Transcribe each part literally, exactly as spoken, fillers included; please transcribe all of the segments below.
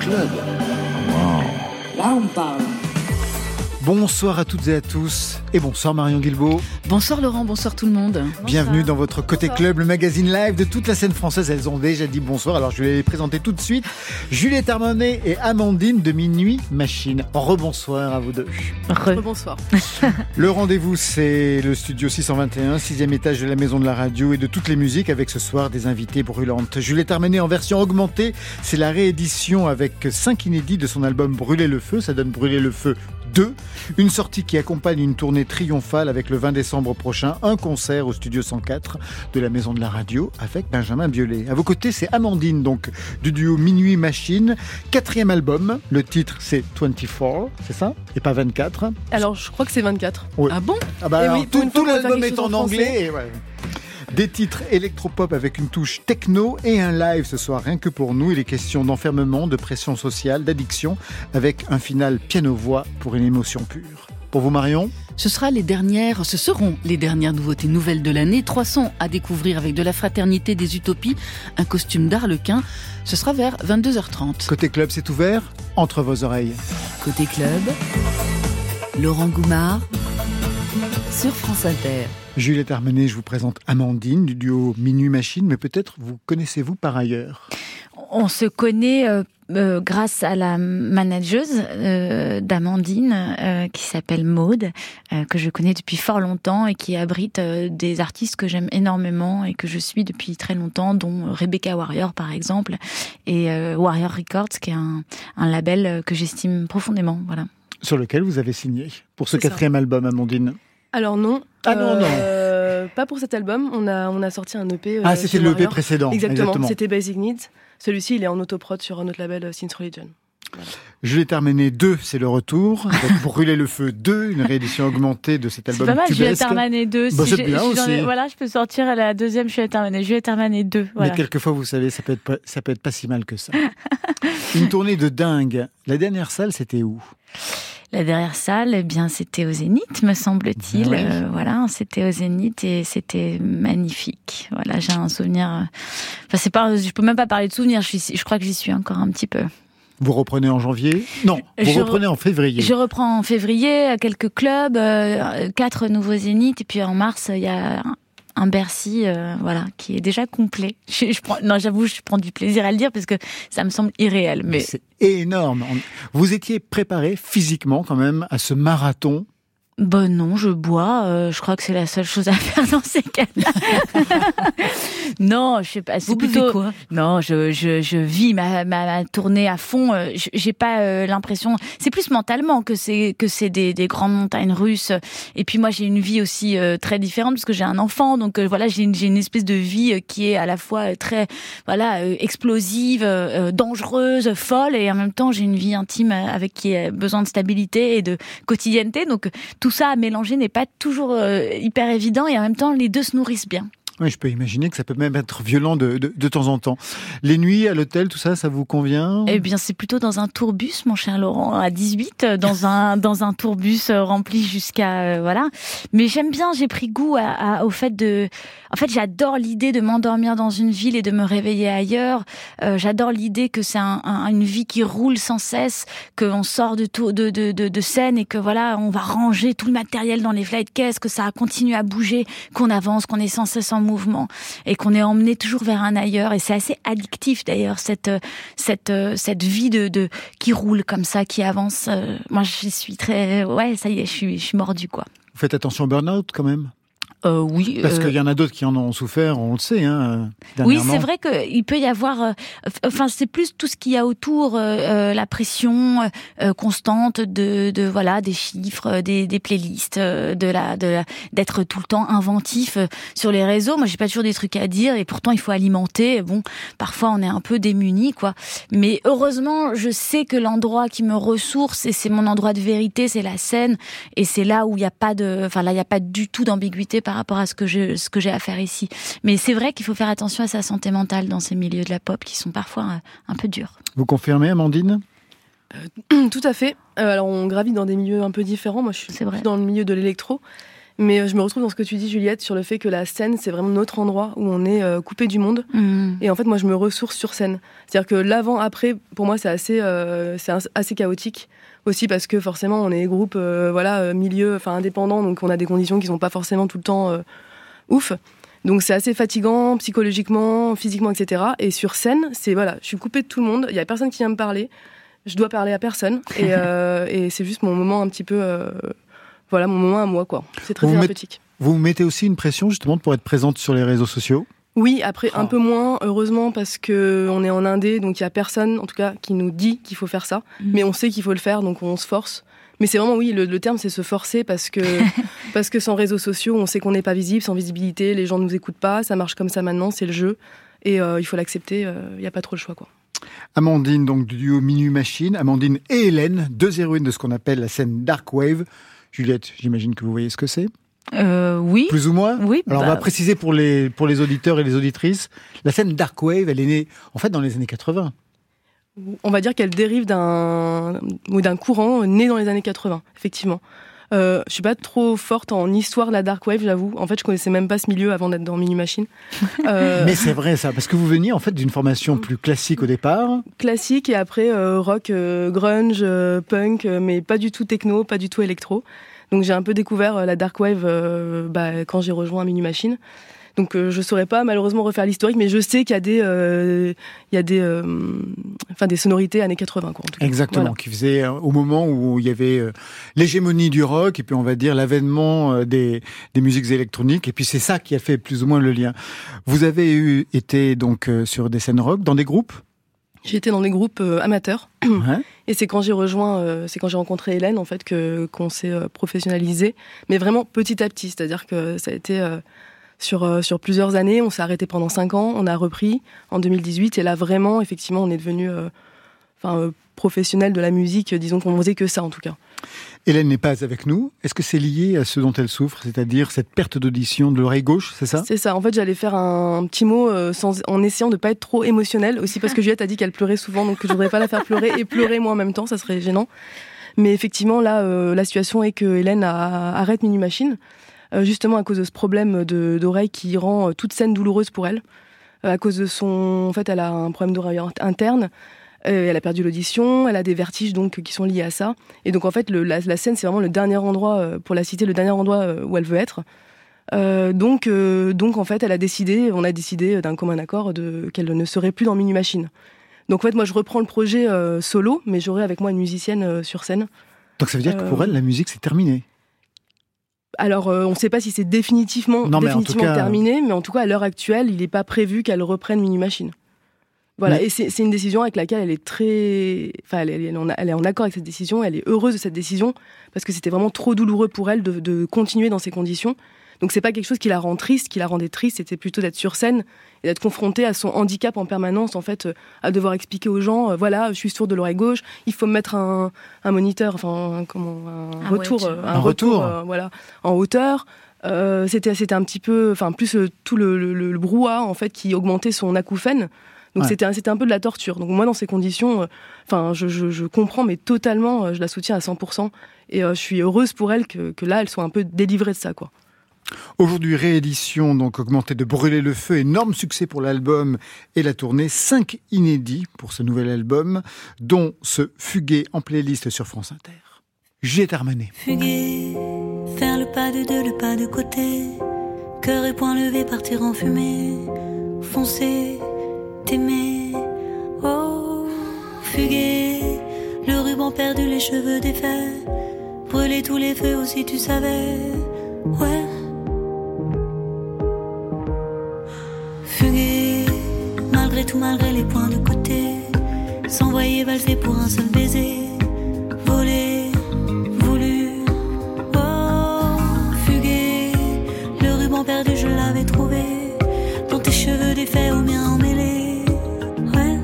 club. Wow. Là, on parle. Bonsoir à toutes et à tous, et bonsoir Marion Guilbault. Bonsoir Laurent, bonsoir tout le monde. Bienvenue Bonsoir. dans votre Côté bonsoir. Club, le magazine live de toute la scène française. Elles ont déjà dit bonsoir, alors je vais les présenter tout de suite. Juliette Armanet et Amandine de Minuit Machine. Rebonsoir à vous deux. Re. Rebonsoir. Le rendez-vous, c'est le studio six cent vingt et un, sixième étage de la Maison de la Radio et de toutes les musiques, avec ce soir des invités brûlantes. Juliette Armanet en version augmentée, c'est la réédition avec cinq inédits de son album Brûler le feu. Ça donne Brûler le feu deux, une sortie qui accompagne une tournée triomphale avec le vingt décembre prochain, un concert au studio cent quatre de la Maison de la Radio avec Benjamin Biolay. À vos côtés, c'est Amandine, donc du duo Minuit Machine, quatrième album. Le titre, c'est vingt-quatre, c'est ça? Et pas vingt-quatre? Alors, je crois que c'est vingt-quatre. Oui. Ah bon? Ah bah, alors, oui, tout, tout l'album est en, en anglais. Et ouais. Des titres électropop avec une touche techno et un live ce soir, rien que pour nous. Il est question d'enfermement, de pression sociale, d'addiction, avec un final piano-voix pour une émotion pure. Pour vous Marion? Ce sera les dernières, ce seront les dernières nouveautés nouvelles de l'année. Trois sons à découvrir avec de la fraternité des utopies, un costume d'arlequin. Ce sera vers vingt-deux heures trente. Côté club, c'est ouvert entre vos oreilles. Côté club, Laurent Goumard sur France Inter. Juliette Armanet, je vous présente Amandine du duo Minuit Machine, mais peut-être vous connaissez-vous par ailleurs? On se connaît euh, euh, grâce à la manageuse euh, d'Amandine euh, qui s'appelle Maude, euh, que je connais depuis fort longtemps et qui abrite euh, des artistes que j'aime énormément et que je suis depuis très longtemps, dont Rebecca Warrior par exemple, et euh, Warrior Records, qui est un, un label que j'estime profondément. Voilà. Sur lequel vous avez signé pour ce C'est quatrième ça. album, Amandine? Alors non. Ah non, non. Euh, pas pour cet album. On a, on a sorti un E P. Euh, ah, c'était chez le E P Warrior. précédent. Exactement. Exactement. C'était Basic Needs. Celui-ci, il est en autoprod sur un autre label, euh, Synth Religion. Voilà. Juliette Armanet deux, c'est le retour. Donc, Brûler le feu deux, une réédition augmentée de cet album C'est pas mal, tubesque. Juliette Armanet deux. Bah, si c'est j'ai- bien je suis dans aussi. les- Voilà, je peux sortir la deuxième Juliette Armanet. Juliette Armanet deux. Voilà. Mais quelquefois, vous savez, ça peut être pas, ça peut être pas si mal que ça. Une tournée de dingue. La dernière salle, c'était où? La dernière salle, eh bien, c'était au Zénith, me semble-t-il. Oui. Euh, voilà, c'était au Zénith et c'était magnifique. Voilà, j'ai un souvenir. euh, Enfin, c'est pas, je peux même pas parler de souvenir. Je suis, je crois que j'y suis encore un petit peu. Vous reprenez en janvier? Non, vous Je reprenez en février. Je reprends en février à quelques clubs, euh, quatre nouveaux Zéniths, et puis en mars, il y a un- un Bercy, euh, voilà, qui est déjà complet. Je, je prends, non, j'avoue, je prends du plaisir à le dire parce que ça me semble irréel. Mais C'est énorme. Vous étiez préparé physiquement quand même à ce marathon? bon, non, je bois. euh, je crois que c'est la seule chose à faire dans ces cas-là. Non, je sais pas. C'est Vous buvez plutôt quoi? Non, je, je, je vis ma, ma, ma tournée à fond. euh, je- J'ai pas euh, l'impression. C'est plus mentalement que c'est que c'est des, des grandes montagnes russes. Et puis moi, j'ai une vie aussi euh, très différente parce que j'ai un enfant. Donc euh, voilà, j'ai une, j'ai une espèce de vie euh, qui est à la fois euh, très voilà euh, explosive, euh, dangereuse, folle, et en même temps, j'ai une vie intime euh, avec qui a besoin de stabilité et de quotidienneté. Donc tout ça à mélanger n'est pas toujours euh, hyper évident, et en même temps, les deux se nourrissent bien. Oui, je peux imaginer que ça peut même être violent de, de, de temps en temps. Les nuits à l'hôtel, tout ça, ça vous convient? Eh bien, c'est plutôt dans un tourbus, mon cher Laurent, à dix-huit, dans un dans un tourbus euh, rempli jusqu'à euh, voilà. Mais j'aime bien, j'ai pris goût à, à- au fait de. En fait, j'adore l'idée de m'endormir dans une ville et de me réveiller ailleurs. Euh, j'adore l'idée que c'est un, un- une vie qui roule sans cesse, qu'on sort de tout de de de, de scène et que voilà, on va ranger tout le matériel dans les flight cases, que ça continue à bouger, qu'on avance, qu'on est sans cesse en mouvement et qu'on est emmené toujours vers un ailleurs. Et c'est assez addictif d'ailleurs, cette cette cette vie de, de qui roule comme ça, qui avance. Euh, moi, je suis très ouais, ça y est, je suis je suis mordue quoi. Vous faites attention au burn-out quand même? Euh, oui. Parce euh, qu'il y en a d'autres qui en ont souffert, on le sait. Hein, Oui, dernièrement. c'est vrai qu'il peut y avoir. euh, Enfin, c'est plus tout ce qu'il y a autour, euh, euh, la pression euh, constante de, de voilà des chiffres, des, des playlists, euh, de la, de la, d'être tout le temps inventif euh, sur les réseaux. Moi, j'ai pas toujours des trucs à dire, et pourtant il faut alimenter. Bon, parfois on est un peu démunis, quoi. Mais heureusement, je sais que l'endroit qui me ressource, et c'est mon endroit de vérité, c'est la scène, et c'est là où il y a pas de, enfin là il y a pas du tout d'ambiguïté par rapport à ce que je, ce que j'ai à faire ici. Mais c'est vrai qu'il faut faire attention à sa santé mentale dans ces milieux de la pop qui sont parfois un, un peu durs. Vous confirmez, Amandine? Euh, tout à fait. Euh, alors, on gravite dans des milieux un peu différents. Moi, je suis C'est vrai. plus dans le milieu de l'électro. Mais euh, je me retrouve dans ce que tu dis, Juliette, sur le fait que la scène, c'est vraiment notre endroit où on est euh, coupé du monde. Mmh. Et en fait, moi, je me ressource sur scène. C'est-à-dire que l'avant-après, pour moi, c'est assez, euh, c'est assez chaotique. Aussi parce que forcément, on est des groupes euh, voilà, milieu, enfin indépendants, donc on a des conditions qui ne sont pas forcément tout le temps euh, ouf. Donc c'est assez fatigant, psychologiquement, physiquement, et cetera. Et sur scène, c'est voilà, je suis coupée de tout le monde, il n'y a personne qui vient me parler, je dois parler à personne. Et, euh, et c'est juste mon moment un petit peu... Euh, Voilà, mon moment à moi, quoi. C'est très vous thérapeutique. Met, vous vous mettez aussi une pression, justement, pour être présente sur les réseaux sociaux ? Oui, après, oh. un peu moins, heureusement, parce qu'on est en indé, donc il n'y a personne, en tout cas, qui nous dit qu'il faut faire ça. Mmh. Mais on sait qu'il faut le faire, donc on se force. Mais c'est vraiment, oui, le, le terme, c'est se forcer, parce que, parce que sans réseaux sociaux, on sait qu'on n'est pas visible, sans visibilité, les gens ne nous écoutent pas, ça marche comme ça maintenant, c'est le jeu. Et euh, il faut l'accepter, il euh, n'y a pas trop le choix, quoi. Amandine, donc du duo Minuit Machine, Amandine et Hélène, deux héroïnes de ce qu'on appelle la scène Dark Wave. Juliette, j'imagine que vous voyez ce que c'est ? euh, Oui. Plus ou moins ? Oui. Alors bah... on va préciser pour les, pour les auditeurs et les auditrices, la scène Dark Wave, elle est née en fait dans les années quatre-vingts. On va dire qu'elle dérive d'un, ou d'un courant né dans les années quatre-vingts, effectivement. Euh, je suis pas trop forte en histoire de la Dark Wave, j'avoue. En fait, je connaissais même pas ce milieu avant d'être dans Minuit Machine. Euh... Mais c'est vrai ça, parce que vous veniez en fait d'une formation plus classique au départ. Classique et après euh, rock, euh, grunge, euh, punk, euh, mais pas du tout techno, pas du tout électro. Donc j'ai un peu découvert euh, la Dark Wave euh, bah, quand j'ai rejoint Minuit Machine. Donc euh, je saurais pas malheureusement refaire l'historique, mais je sais qu'il y a des, euh, il y a des, euh, enfin des sonorités années quatre-vingts quoi. En tout cas. Exactement, voilà. Qui faisaient euh, au moment où il y avait euh, l'hégémonie du rock et puis on va dire l'avènement euh, des des musiques électroniques et puis c'est ça qui a fait plus ou moins le lien. Vous avez eu, été donc euh, sur des scènes rock, dans des groupes ? J'ai été dans des groupes euh, amateurs ouais. Et c'est quand j'ai rejoint, euh, c'est quand j'ai rencontré Hélène en fait que qu'on s'est euh, professionnalisé, mais vraiment petit à petit, c'est-à-dire que ça a été euh, Sur, euh, sur plusieurs années, on s'est arrêté pendant cinq ans, on a repris en deux mille dix-huit, et là vraiment, effectivement, on est devenu euh, enfin, euh, professionnel de la musique, disons qu'on faisait que ça en tout cas. Hélène n'est pas avec nous, est-ce que c'est lié à ce dont elle souffre, c'est-à-dire cette perte d'audition de l'oreille gauche, c'est ça ? C'est ça, en fait j'allais faire un, un petit mot euh, sans, en essayant de ne pas être trop émotionnelle, aussi parce que Juliette a dit qu'elle pleurait souvent, donc je ne voudrais pas la faire pleurer et pleurer moi en même temps, ça serait gênant. Mais effectivement, là, euh, la situation est que Hélène a, arrête Minuit Machine, justement à cause de ce problème de, d'oreille qui rend toute scène douloureuse pour elle. À cause de son... En fait, elle a un problème d'oreille interne, euh, elle a perdu l'audition, elle a des vertiges donc, qui sont liés à ça. Et donc, en fait, le, la, la scène, c'est vraiment le dernier endroit, pour la citer, le dernier endroit où elle veut être. Euh, donc, euh, donc, en fait, elle a décidé, on a décidé d'un commun accord de, qu'elle ne serait plus dans Minuit Machine. Donc, en fait, moi, je reprends le projet euh, solo, mais j'aurai avec moi une musicienne euh, sur scène. Donc, ça veut dire euh... que pour elle, la musique, c'est terminé ? Alors, euh, on ne sait pas si c'est définitivement, non, mais définitivement cas... terminé, mais en tout cas, à l'heure actuelle, il n'est pas prévu qu'elle reprenne Minuit Machine. Voilà, mais... et c'est, c'est une décision avec laquelle elle est très... Enfin, elle, elle, elle, en, elle est en accord avec cette décision, elle est heureuse de cette décision, parce que c'était vraiment trop douloureux pour elle de, de continuer dans ces conditions. Donc, c'est pas quelque chose qui la rend triste, qui la rendait triste, c'était plutôt d'être sur scène et d'être confrontée à son handicap en permanence, en fait, à devoir expliquer aux gens, euh, voilà, je suis sourde de l'oreille gauche, il faut me mettre un, un moniteur, enfin, un, comment, un, un retour, ouais, un, un retour, retour euh, voilà, en hauteur. Euh, c'était, c'était un petit peu, enfin, plus euh, tout le, le, le brouhaha, en fait, qui augmentait son acouphène. Donc, ouais. c'était, c'était un peu de la torture. Donc, moi, dans ces conditions, enfin, euh, je, je, je comprends, mais totalement, je la soutiens à cent pour cent. Et euh, je suis heureuse pour elle que, que là, elle soit un peu délivrée de ça, quoi. Aujourd'hui, réédition, donc augmentée de Brûler le feu, énorme succès pour l'album et la tournée, cinq inédits pour ce nouvel album, dont ce Fuguer en playlist sur France Inter. Juliette Armanet. Fuguer, faire le pas de deux, le pas de côté, cœur et poing levé, partir en fumée, foncer, t'aimer, oh, fuguer, le ruban perdu, les cheveux défaits, brûler tous les feux aussi tu savais, ouais. Fuguer, malgré tout, malgré les points de côté, s'envoyer valser pour un seul baiser, voler, voulu, oh, fuguer, le ruban perdu je l'avais trouvé, dans tes cheveux défaits aux miens emmêlés, ouais.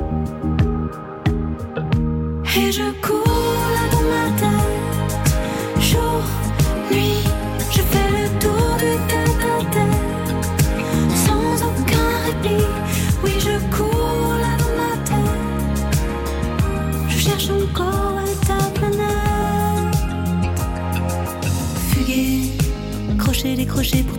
Et je cours là dans ma tête, jour, nuit, je fais le tour du tête à tête. Oui, je cours là dans ma tête, je cherche encore ta planète. Fuguer,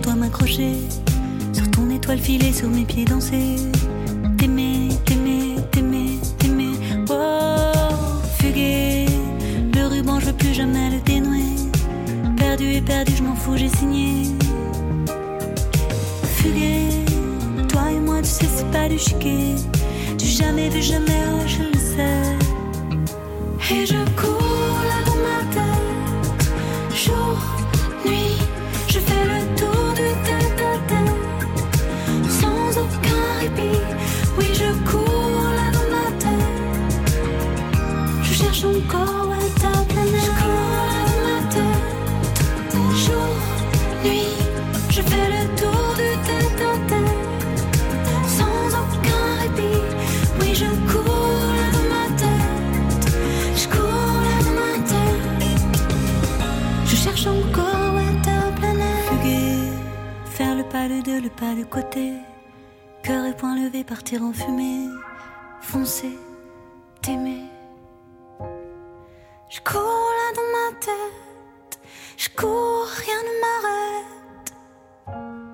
toi m'accrocher, sur ton étoile filée, sur mes pieds danser. T'aimer, t'aimer, t'aimer, t'aimer. Oh, fuguer, le ruban, je veux plus jamais le dénouer. Perdu et perdu, je m'en fous, j'ai signé. Fuguer, toi et moi, tu sais, c'est pas du chiquet. Du jamais vu, jamais, oh, je le sais. Et je cours là dans ma tête, jour, nuit, je fais le tour du tête à tête, sans aucun répit. Oui, je cours là dans ma tête, je cherche encore ouais, ta planète. Je cours là dans ma tête, jour, nuit, je fais le tour du tête à tête, sans aucun répit. Oui, je cours là dans ma tête, je cours là dans ma tête, je cherche encore ouais, ta planète. Fuguer, faire le pas de deux, le pas de côté, cœur et poing levé, partir en fumée, foncer, t'aimer. Je cours là dans ma tête, je cours, rien ne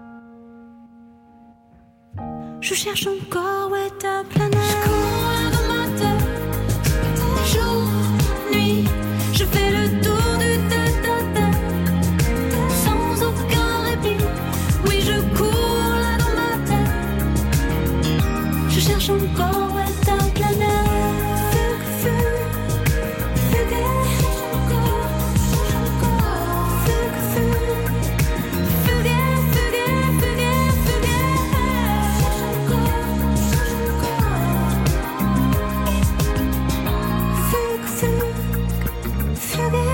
m'arrête. Je cherche encore ouais, ta planète. Je cours là dans ma tête, jour, nuit, je fais le tour du tête à tête, sans aucun répit. Oui, je cours là dans ma tête, je cherche encore ouais, ta planète. Fugue, fugue, fuguer, cherche encore, cherche encore. Fugue, fugue, fuguer, fuguer, fuguer, fuguer. Cherche encore, cherche encore. Fugue, fugue, fuguer.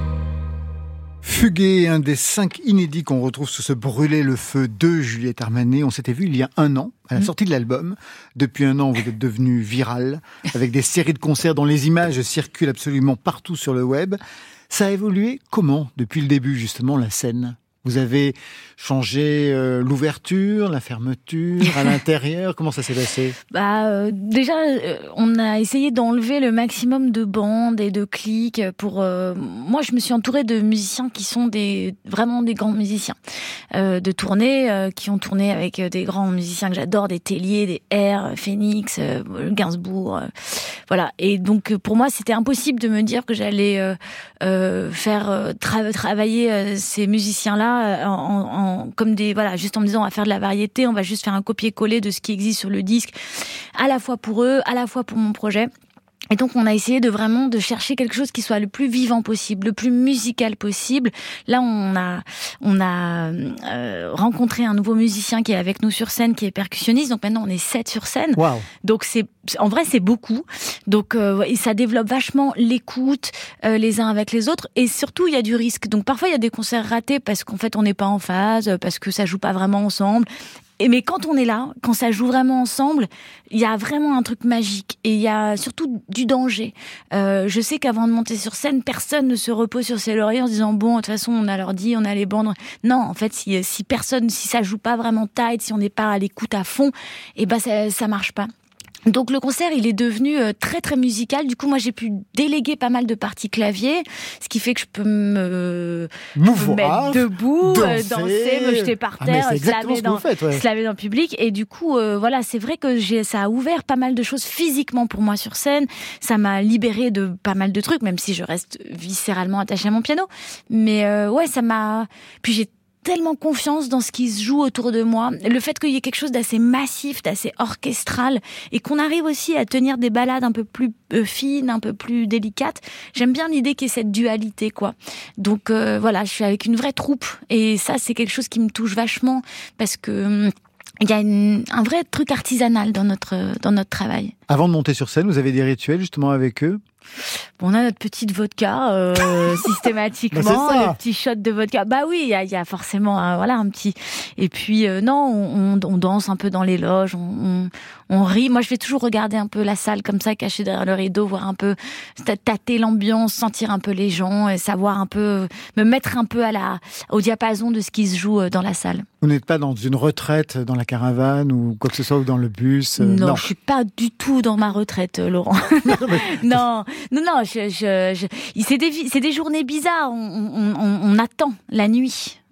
Fuguer, un des cinq inédits qu'on retrouve sur ce Brûler le feu de Juliette Armanet. On s'était vu il y a un an, à la sortie de l'album. Depuis un an, vous êtes devenu viral, avec des séries de concerts dont les images circulent absolument partout sur le web. Ça a évolué comment, depuis le début, justement, la scène ? Vous avez changé euh, l'ouverture, la fermeture, à l'intérieur. Comment ça s'est passé ? Bah euh, déjà, euh, on a essayé d'enlever le maximum de bandes et de clics pour. Euh, moi, je me suis entourée de musiciens qui sont des vraiment des grands musiciens euh, de tournée, euh, qui ont tourné avec des grands musiciens que j'adore, des Tellier, des R, Phoenix, euh, Gainsbourg, euh, voilà. Et donc pour moi, c'était impossible de me dire que j'allais euh, euh, faire euh, tra- travailler euh, ces musiciens-là. En, en, comme des voilà, juste en me disant on va faire de la variété, on va juste faire un copier-coller de ce qui existe sur le disque, à la fois pour eux, à la fois pour mon projet. Et donc on a essayé de vraiment de chercher quelque chose qui soit le plus vivant possible, le plus musical possible. Là on a on a euh, rencontré un nouveau musicien qui est avec nous sur scène, qui est percussionniste. Donc maintenant on est sept sur scène. Wow. Donc c'est en vrai c'est beaucoup. Donc euh, et ça développe vachement l'écoute euh, les uns avec les autres, et surtout il y a du risque. Donc parfois il y a des concerts ratés parce qu'en fait on n'est pas en phase, parce que ça joue pas vraiment ensemble. Et mais quand on est là, quand ça joue vraiment ensemble, il y a vraiment un truc magique, et il y a surtout du danger. Euh, je sais qu'avant de monter sur scène, personne ne se repose sur ses lauriers en se disant bon, de toute façon, on a l'ordi, on a les bandes. Non, en fait, si, si personne, si ça joue pas vraiment tight, si on n'est pas à l'écoute à fond, et ben ça, ça marche pas. Donc le concert, il est devenu très très musical. Du coup, moi, j'ai pu déléguer pas mal de parties clavier, ce qui fait que je peux me, me mettre debout, danser, danser me jeter par terre, ah, se laver dans, ouais. dans le public. Et du coup, euh, voilà, c'est vrai que j'ai, ça a ouvert pas mal de choses physiquement pour moi sur scène. Ça m'a libérée de pas mal de trucs, même si je reste viscéralement attachée à mon piano. Mais euh, ouais, ça m'a... Puis j'ai tellement confiance dans ce qui se joue autour de moi. Le fait qu'il y ait quelque chose d'assez massif, d'assez orchestral, et qu'on arrive aussi à tenir des ballades un peu plus euh, fines, un peu plus délicates. J'aime bien l'idée qu'il y ait cette dualité, quoi. Donc euh, voilà, je suis avec une vraie troupe, et ça, c'est quelque chose qui me touche vachement, parce que il y a une, un vrai truc artisanal dans notre, dans notre travail. Avant de monter sur scène, vous avez des rituels justement avec eux ? Bon, on a notre petite vodka euh, systématiquement, bah le petit shot de vodka. Bah oui, il y a, y a forcément un, voilà un petit. Et puis euh, non, on, on danse un peu dans les loges, on, on, on rit. Moi, je vais toujours regarder un peu la salle comme ça, cachée derrière le rideau, voir un peu tâter l'ambiance, sentir un peu les gens, et savoir un peu me mettre un peu à la au diapason de ce qui se joue dans la salle. Vous n'êtes pas dans une retraite dans la caravane ou quoi que ce soit, ou dans le bus euh, non, non, je suis pas du tout dans ma retraite, Laurent. non, non, non. Je, je, je... C'est des, c'est des journées bizarres. On, on, on, on attend la nuit.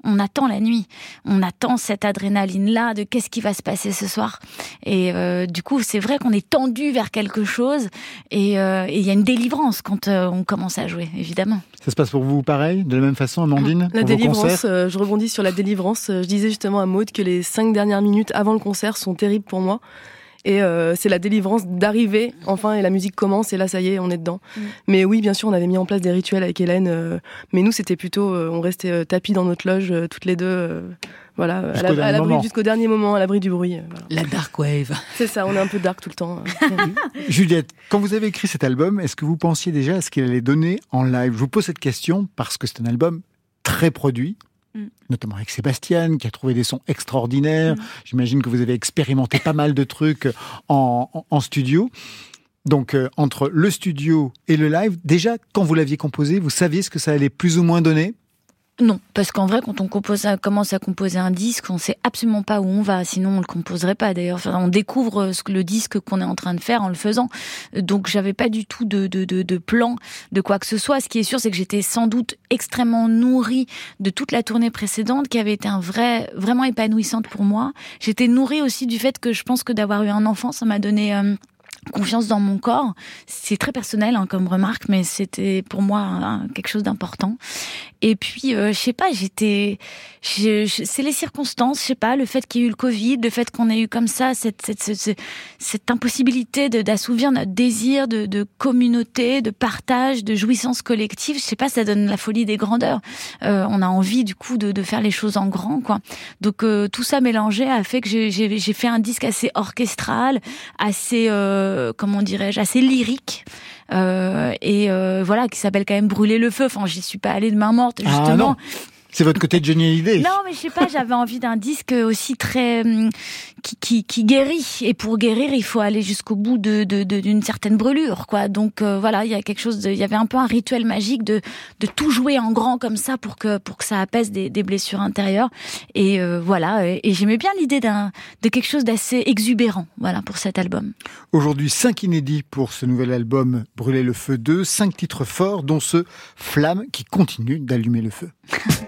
on attend la nuit, on attend cette adrénaline-là de qu'est-ce qui va se passer ce soir. Et euh, du coup, c'est vrai qu'on est tendu vers quelque chose et il euh, y a une délivrance quand euh, on commence à jouer, évidemment. Ça se passe pour vous pareil, de la même façon, Amandine, La pour vos délivrance, concerts euh, je rebondis sur la délivrance. Je disais justement à Maud que les cinq dernières minutes avant le concert sont terribles pour moi. Et euh, c'est la délivrance d'arriver, enfin, et la musique commence, et là, ça y est, on est dedans. Mmh. Mais oui, bien sûr, on avait mis en place des rituels avec Hélène, euh, mais nous, c'était plutôt, euh, on restait euh, tapis dans notre loge, euh, toutes les deux, euh, voilà, à, la, à l'abri, jusqu'au dernier moment, à l'abri du bruit. Euh, voilà. La dark wave. C'est ça, on est un peu dark tout le temps. Juliette, quand vous avez écrit cet album, est-ce que vous pensiez déjà à ce qu'il allait donner en live ? Je vous pose cette question parce que c'est un album très produit, Mm. notamment avec Sébastien, qui a trouvé des sons extraordinaires. Mm. J'imagine que vous avez expérimenté pas mal de trucs en, en, en studio. Donc, euh, entre le studio et le live, déjà, quand vous l'aviez composé, vous saviez ce que ça allait plus ou moins donner ? Non, parce qu'en vrai, quand on compose, commence à composer un disque, on sait absolument pas où on va, sinon on le composerait pas. D'ailleurs, enfin, on découvre ce que le disque qu'on est en train de faire en le faisant. Donc, j'avais pas du tout de, de, de, de plan de quoi que ce soit. Ce qui est sûr, c'est que j'étais sans doute extrêmement nourrie de toute la tournée précédente, qui avait été un vrai, vraiment épanouissante pour moi. J'étais nourrie aussi du fait que je pense que d'avoir eu un enfant, ça m'a donné euh, confiance dans mon corps. C'est très personnel hein, comme remarque, mais c'était pour moi hein, quelque chose d'important. Et puis, euh, je sais pas, j'étais... Je, je, c'est les circonstances, je sais pas, le fait qu'il y ait eu le Covid, le fait qu'on ait eu comme ça cette, cette, cette, cette impossibilité de, d'assouvir notre désir de, de communauté, de partage, de jouissance collective. Je sais pas, ça donne la folie des grandeurs. Euh, on a envie, du coup, de, de faire les choses en grand, quoi. Donc, euh, tout ça mélangé a fait que j'ai, j'ai, j'ai fait un disque assez orchestral, assez... Euh, comment dirais-je, assez lyrique. Euh, et euh, voilà, qui s'appelle quand même Brûler le feu. Enfin, j'y suis pas allée de main morte, justement. Ah non. C'est votre côté de Johnny Hallyday. Non, mais je sais pas, j'avais envie d'un disque aussi très qui, qui, qui guérit. Et pour guérir, il faut aller jusqu'au bout de, de, de d'une certaine brûlure, quoi. Donc euh, voilà, il y a quelque chose, de, il y avait un peu un rituel magique de de tout jouer en grand comme ça pour que pour que ça apaise des, des blessures intérieures. Et euh, voilà, et, et j'aimais bien l'idée d'un de quelque chose d'assez exubérant, voilà, pour cet album. Aujourd'hui, cinq inédits pour ce nouvel album Brûler le feu deux, cinq titres forts, dont ce Flamme qui continue d'allumer le feu.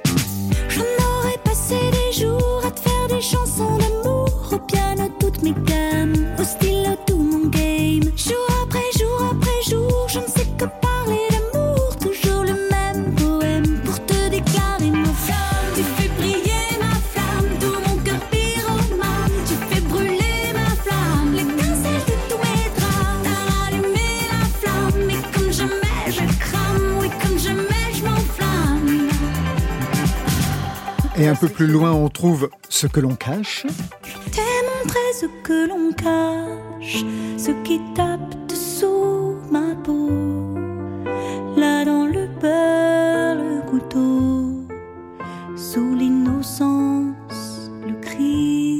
J'en aurais passé des jours à te faire des chansons d'amour, au piano toutes mes gammes, au stylo tout mon game. Jour après jour après jour, je ne sais que parler d'amour, toujours le même poème pour te déclarer ma flamme. Tu fais briller ma flamme, tout mon cœur pyromane. Tu fais brûler ma flamme, l'étincelle de tous mes drames. T'as rallumé la flamme, et comme jamais je crame, oui comme jamais je m'enflamme. Et un peu plus loin, on trouve Ce que l'on cache. Je t'ai montré ce que l'on cache, ce qui tape dessous ma peau. Là dans le beurre, le couteau, sous l'innocence, le cri.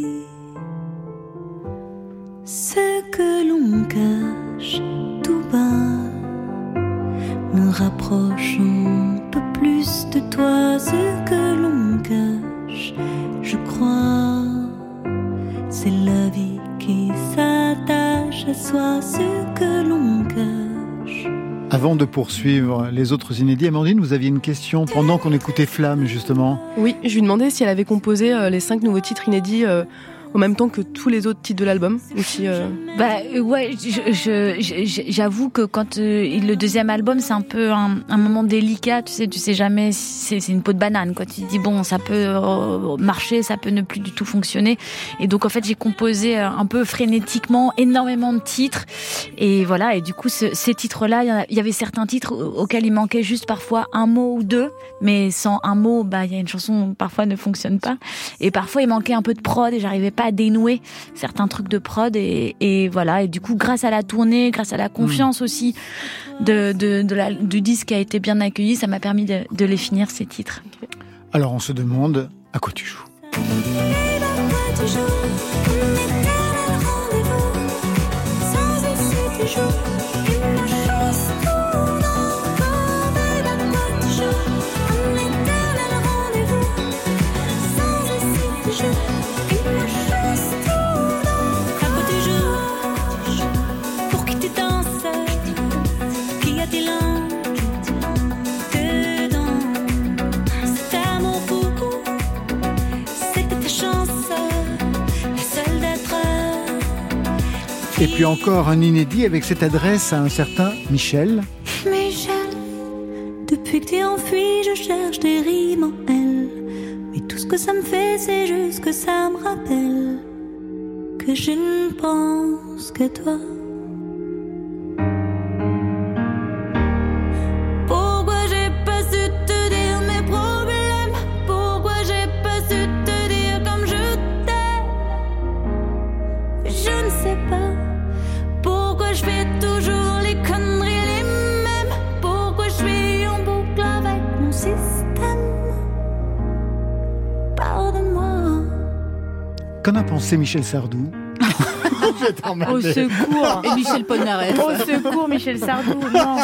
Ce que l'on cache tout bas me rapproche un peu plus de toi. Ce que l'on cache, je crois, c'est la vie qui s'attache à soi. Ce que l'on cache. Avant de poursuivre les autres inédits, Amandine, vous aviez une question pendant qu'on écoutait Flamme, justement. Oui, je lui demandais si elle avait composé euh, les cinq nouveaux titres inédits euh, en même temps que tous les autres titres de l'album. Aussi, euh... Bah ouais, je, je, je, j'avoue que quand euh, le deuxième album, c'est un peu un, un moment délicat. Tu sais, tu sais jamais, c'est, c'est une peau de banane, quoi. Tu te dis bon, ça peut euh, marcher, ça peut ne plus du tout fonctionner. Et donc en fait, j'ai composé un peu frénétiquement énormément de titres. Et voilà. Et du coup, ce, ces titres-là, il y, y avait certains titres auxquels il manquait juste parfois un mot ou deux. Mais sans un mot, bah il y a une chanson parfois ne fonctionne pas. Et parfois, il manquait un peu de prod et j'arrivais pas à dénouer certains trucs de prod et, et voilà. Et du coup, grâce à la tournée, grâce à la confiance mmh. aussi de, de, de la, du disque qui a été bien accueilli, ça m'a permis de, de les finir, ces titres. Alors on se demande à quoi tu joues. Et puis encore un inédit avec cette adresse à un certain Michel. Michel, depuis que t'es enfui, je cherche des rimes en L. Mais tout ce que ça me fait, c'est juste que ça me rappelle que je ne pense qu'à toi. Qu'en a pensé Michel Sardou? Au secours. Et Michel Polnareff. Au secours, Michel Sardou. Non.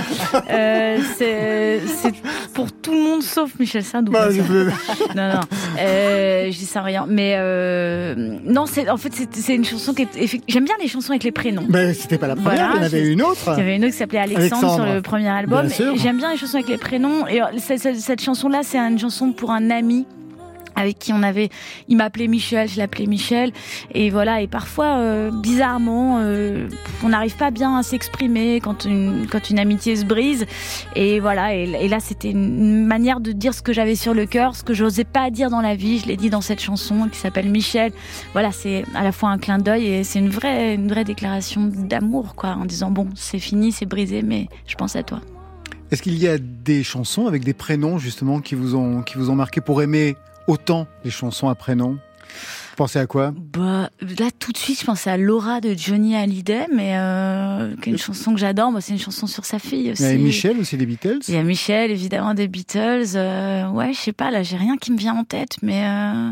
Euh, c'est, c'est pour tout le monde sauf Michel Sardou. Bah, je peux... Non, non. Euh, je dis ça rien. Mais euh, non, c'est, en fait, c'est, c'est une chanson qui est. J'aime bien les chansons avec les prénoms. Mais c'était pas la première, voilà, il y en avait une autre. Il y avait une autre qui s'appelait Alexandre, Alexandre. sur le premier album. J'aime bien les chansons avec les prénoms. Et cette, cette, cette chanson-là, c'est une chanson pour un ami avec qui on avait, il m'appelait Michel, je l'appelais Michel, et voilà, et parfois, euh, bizarrement, euh, on n'arrive pas bien à s'exprimer quand une, quand une amitié se brise, et voilà, et, et là, c'était une manière de dire ce que j'avais sur le cœur, ce que j'osais pas dire dans la vie, je l'ai dit dans cette chanson qui s'appelle Michel. Voilà, c'est à la fois un clin d'œil et c'est une vraie, une vraie déclaration d'amour, quoi, en disant, bon, c'est fini, c'est brisé, mais je pense à toi. Est-ce qu'il y a des chansons avec des prénoms, justement, qui vous ont, qui vous ont marqué pour aimer autant les chansons à prénom? Vous pensez à quoi? Bah, là, tout de suite, je pensais à Laura de Johnny Hallyday, mais euh, qui est une chanson que j'adore. Moi, c'est une chanson sur sa fille aussi. Il y a Michel aussi des Beatles. Il y a Michel, évidemment, des Beatles. Euh, ouais, je sais pas, là, j'ai rien qui me vient en tête, mais... Euh...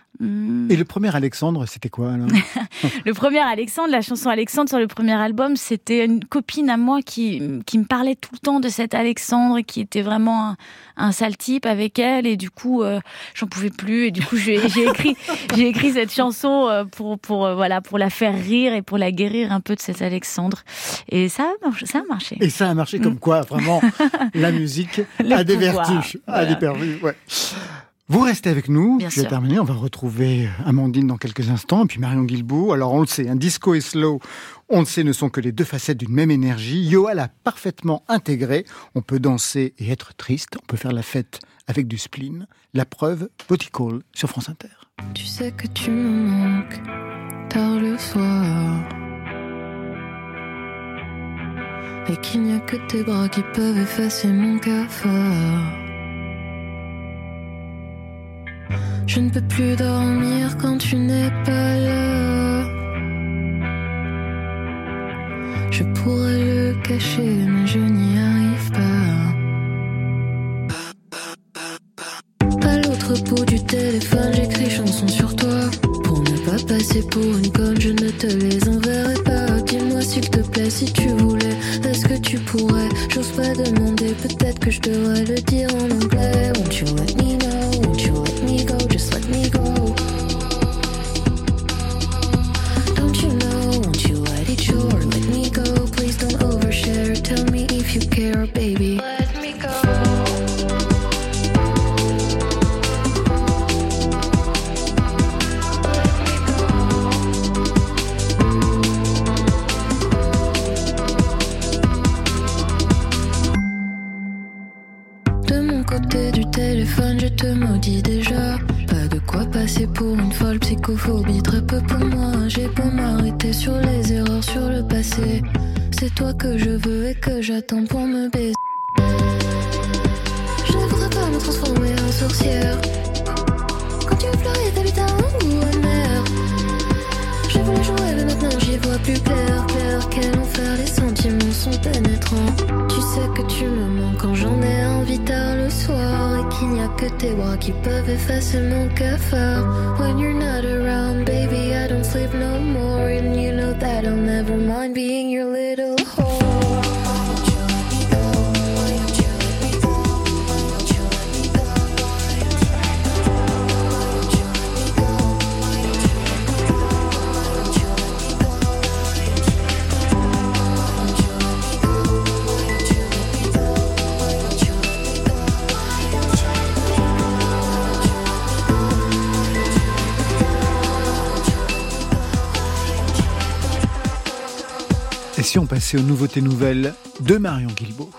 Et le premier Alexandre, c'était quoi alors? Le premier Alexandre, la chanson Alexandre sur le premier album, c'était une copine à moi qui, qui me parlait tout le temps de cet Alexandre, qui était vraiment un, un sale type avec elle, et du coup, euh, j'en pouvais plus, et du coup, j'ai, j'ai écrit, j'ai écrit cette chanson pour, pour, euh, voilà, pour la faire rire et pour la guérir un peu de cet Alexandre. Et ça, ça a marché. Et ça a marché comme quoi, vraiment, la musique a des vertus, voilà. a des vertus, ouais. Vous restez avec nous, Bien je vais sûr. terminer, on va retrouver Amandine dans quelques instants, et puis Marion Guilbault. Alors on le sait, un disco et slow, on le sait, ne sont que les deux facettes d'une même énergie. Yoa l'a parfaitement intégré, on peut danser et être triste, on peut faire la fête avec du spleen. La preuve, Booty Call sur France Inter. Tu sais que tu me manques tard le soir, et qu'il n'y a que tes bras qui peuvent effacer mon cafard. Je ne peux plus dormir quand tu n'es pas là. Je pourrais le cacher, mais je n'y arrive pas. À l'autre bout du téléphone, j'écris chansons sur toi. Pour ne pas passer pour une conne, je ne te les enverrai pas. Dis-moi s'il te plaît si tu voulais. Est-ce que tu pourrais? J'ose pas demander, peut-être que je devrais le dire en anglais. Won't you let me know? Won't you let me go? Just let me go. Don't you know? Won't you let it show or let me go? Please don't overshare. Tell me if you care, baby. Let me go. Côté du téléphone, je te maudis déjà. Pas de quoi passer pour une folle psychophobie. Très peu pour moi, j'ai beau m'arrêter sur les erreurs, sur le passé. C'est toi que je veux et que j'attends pour me baiser. Je ne voudrais pas me transformer en sorcière. Quand tu pleurais, t'habites un goût amer. Je voulais jouer, mais maintenant j'y vois plus clair. Clair, quel enfer, les sentiments sont pénétrants. Tu sais que tu me manques quand j'en ai envie tard le soir, et qu'il n'y a que tes bras qui peuvent effacer mon cafard. When you're not around, baby, I don't sleep no more, and you know that I'll never mind being your little whore. si on passait aux nouveautés nouvelles de Marion Guilbault?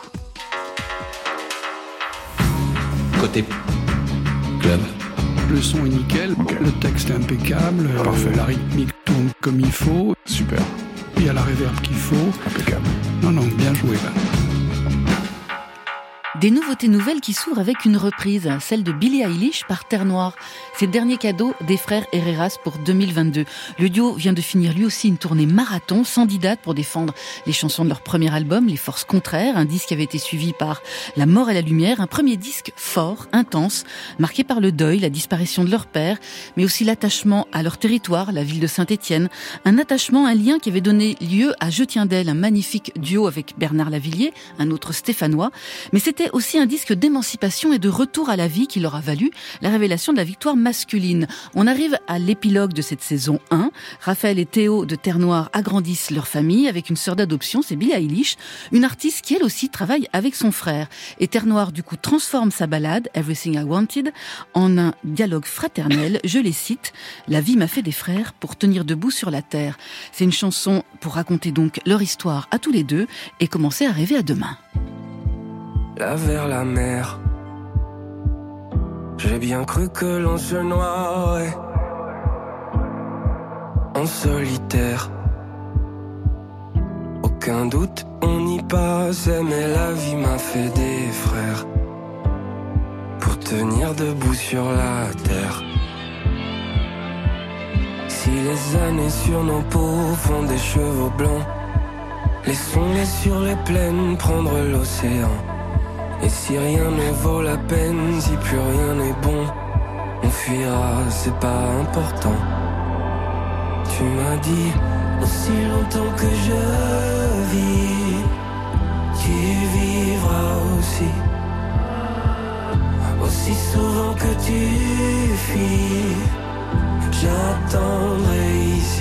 Côté club. Le son est nickel, okay. Le texte est impeccable, Parfait. La rythmique tourne comme il faut. Super. Il y a la réverb qu'il faut. Impeccable. Non, non, bien joué là. Des nouveautés nouvelles qui s'ouvrent avec une reprise, celle de Billie Eilish par Terre Noire. C'est le dernier cadeau des frères Herreras pour deux mille vingt-deux. Le duo vient de finir lui aussi une tournée marathon, sans dix dates pour défendre les chansons de leur premier album, Les Forces Contraires, un disque qui avait été suivi par La Mort et la Lumière, un premier disque fort, intense, marqué par le deuil, la disparition de leur père, mais aussi l'attachement à leur territoire, la ville de Saint-Étienne. Un attachement, un lien qui avait donné lieu à Je tiens d'elle, un magnifique duo avec Bernard Lavilliers, un autre stéphanois. Mais c'était aussi un disque d'émancipation et de retour à la vie qui leur a valu la révélation de la victoire masculine. On arrive à l'épilogue de cette saison un. Raphaël et Théo de Terre Noire agrandissent leur famille avec une sœur d'adoption, c'est Billie Eilish, une artiste qui elle aussi travaille avec son frère. Et Terre Noire du coup transforme sa ballade Everything I Wanted en un dialogue fraternel. Je les cite: la vie m'a fait des frères pour tenir debout sur la terre. C'est une chanson pour raconter donc leur histoire à tous les deux et commencer à rêver à demain. Là vers la mer, j'ai bien cru que l'on se noierait en solitaire. Aucun doute, on y passait, mais la vie m'a fait des frères pour tenir debout sur la terre. Si les années sur nos peaux font des chevaux blancs, laissons-les sur les plaines prendre l'océan. Et si rien ne vaut la peine, si plus rien n'est bon, on fuira, c'est pas important. Tu m'as dit, aussi longtemps que je vis, tu vivras aussi. Aussi souvent que tu fuis, j'attendrai ici.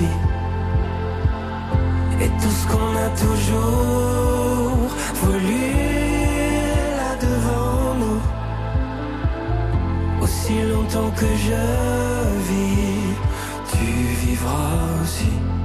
Et tout ce qu'on a toujours voulu devant nous, aussi longtemps que je vis, tu vivras aussi.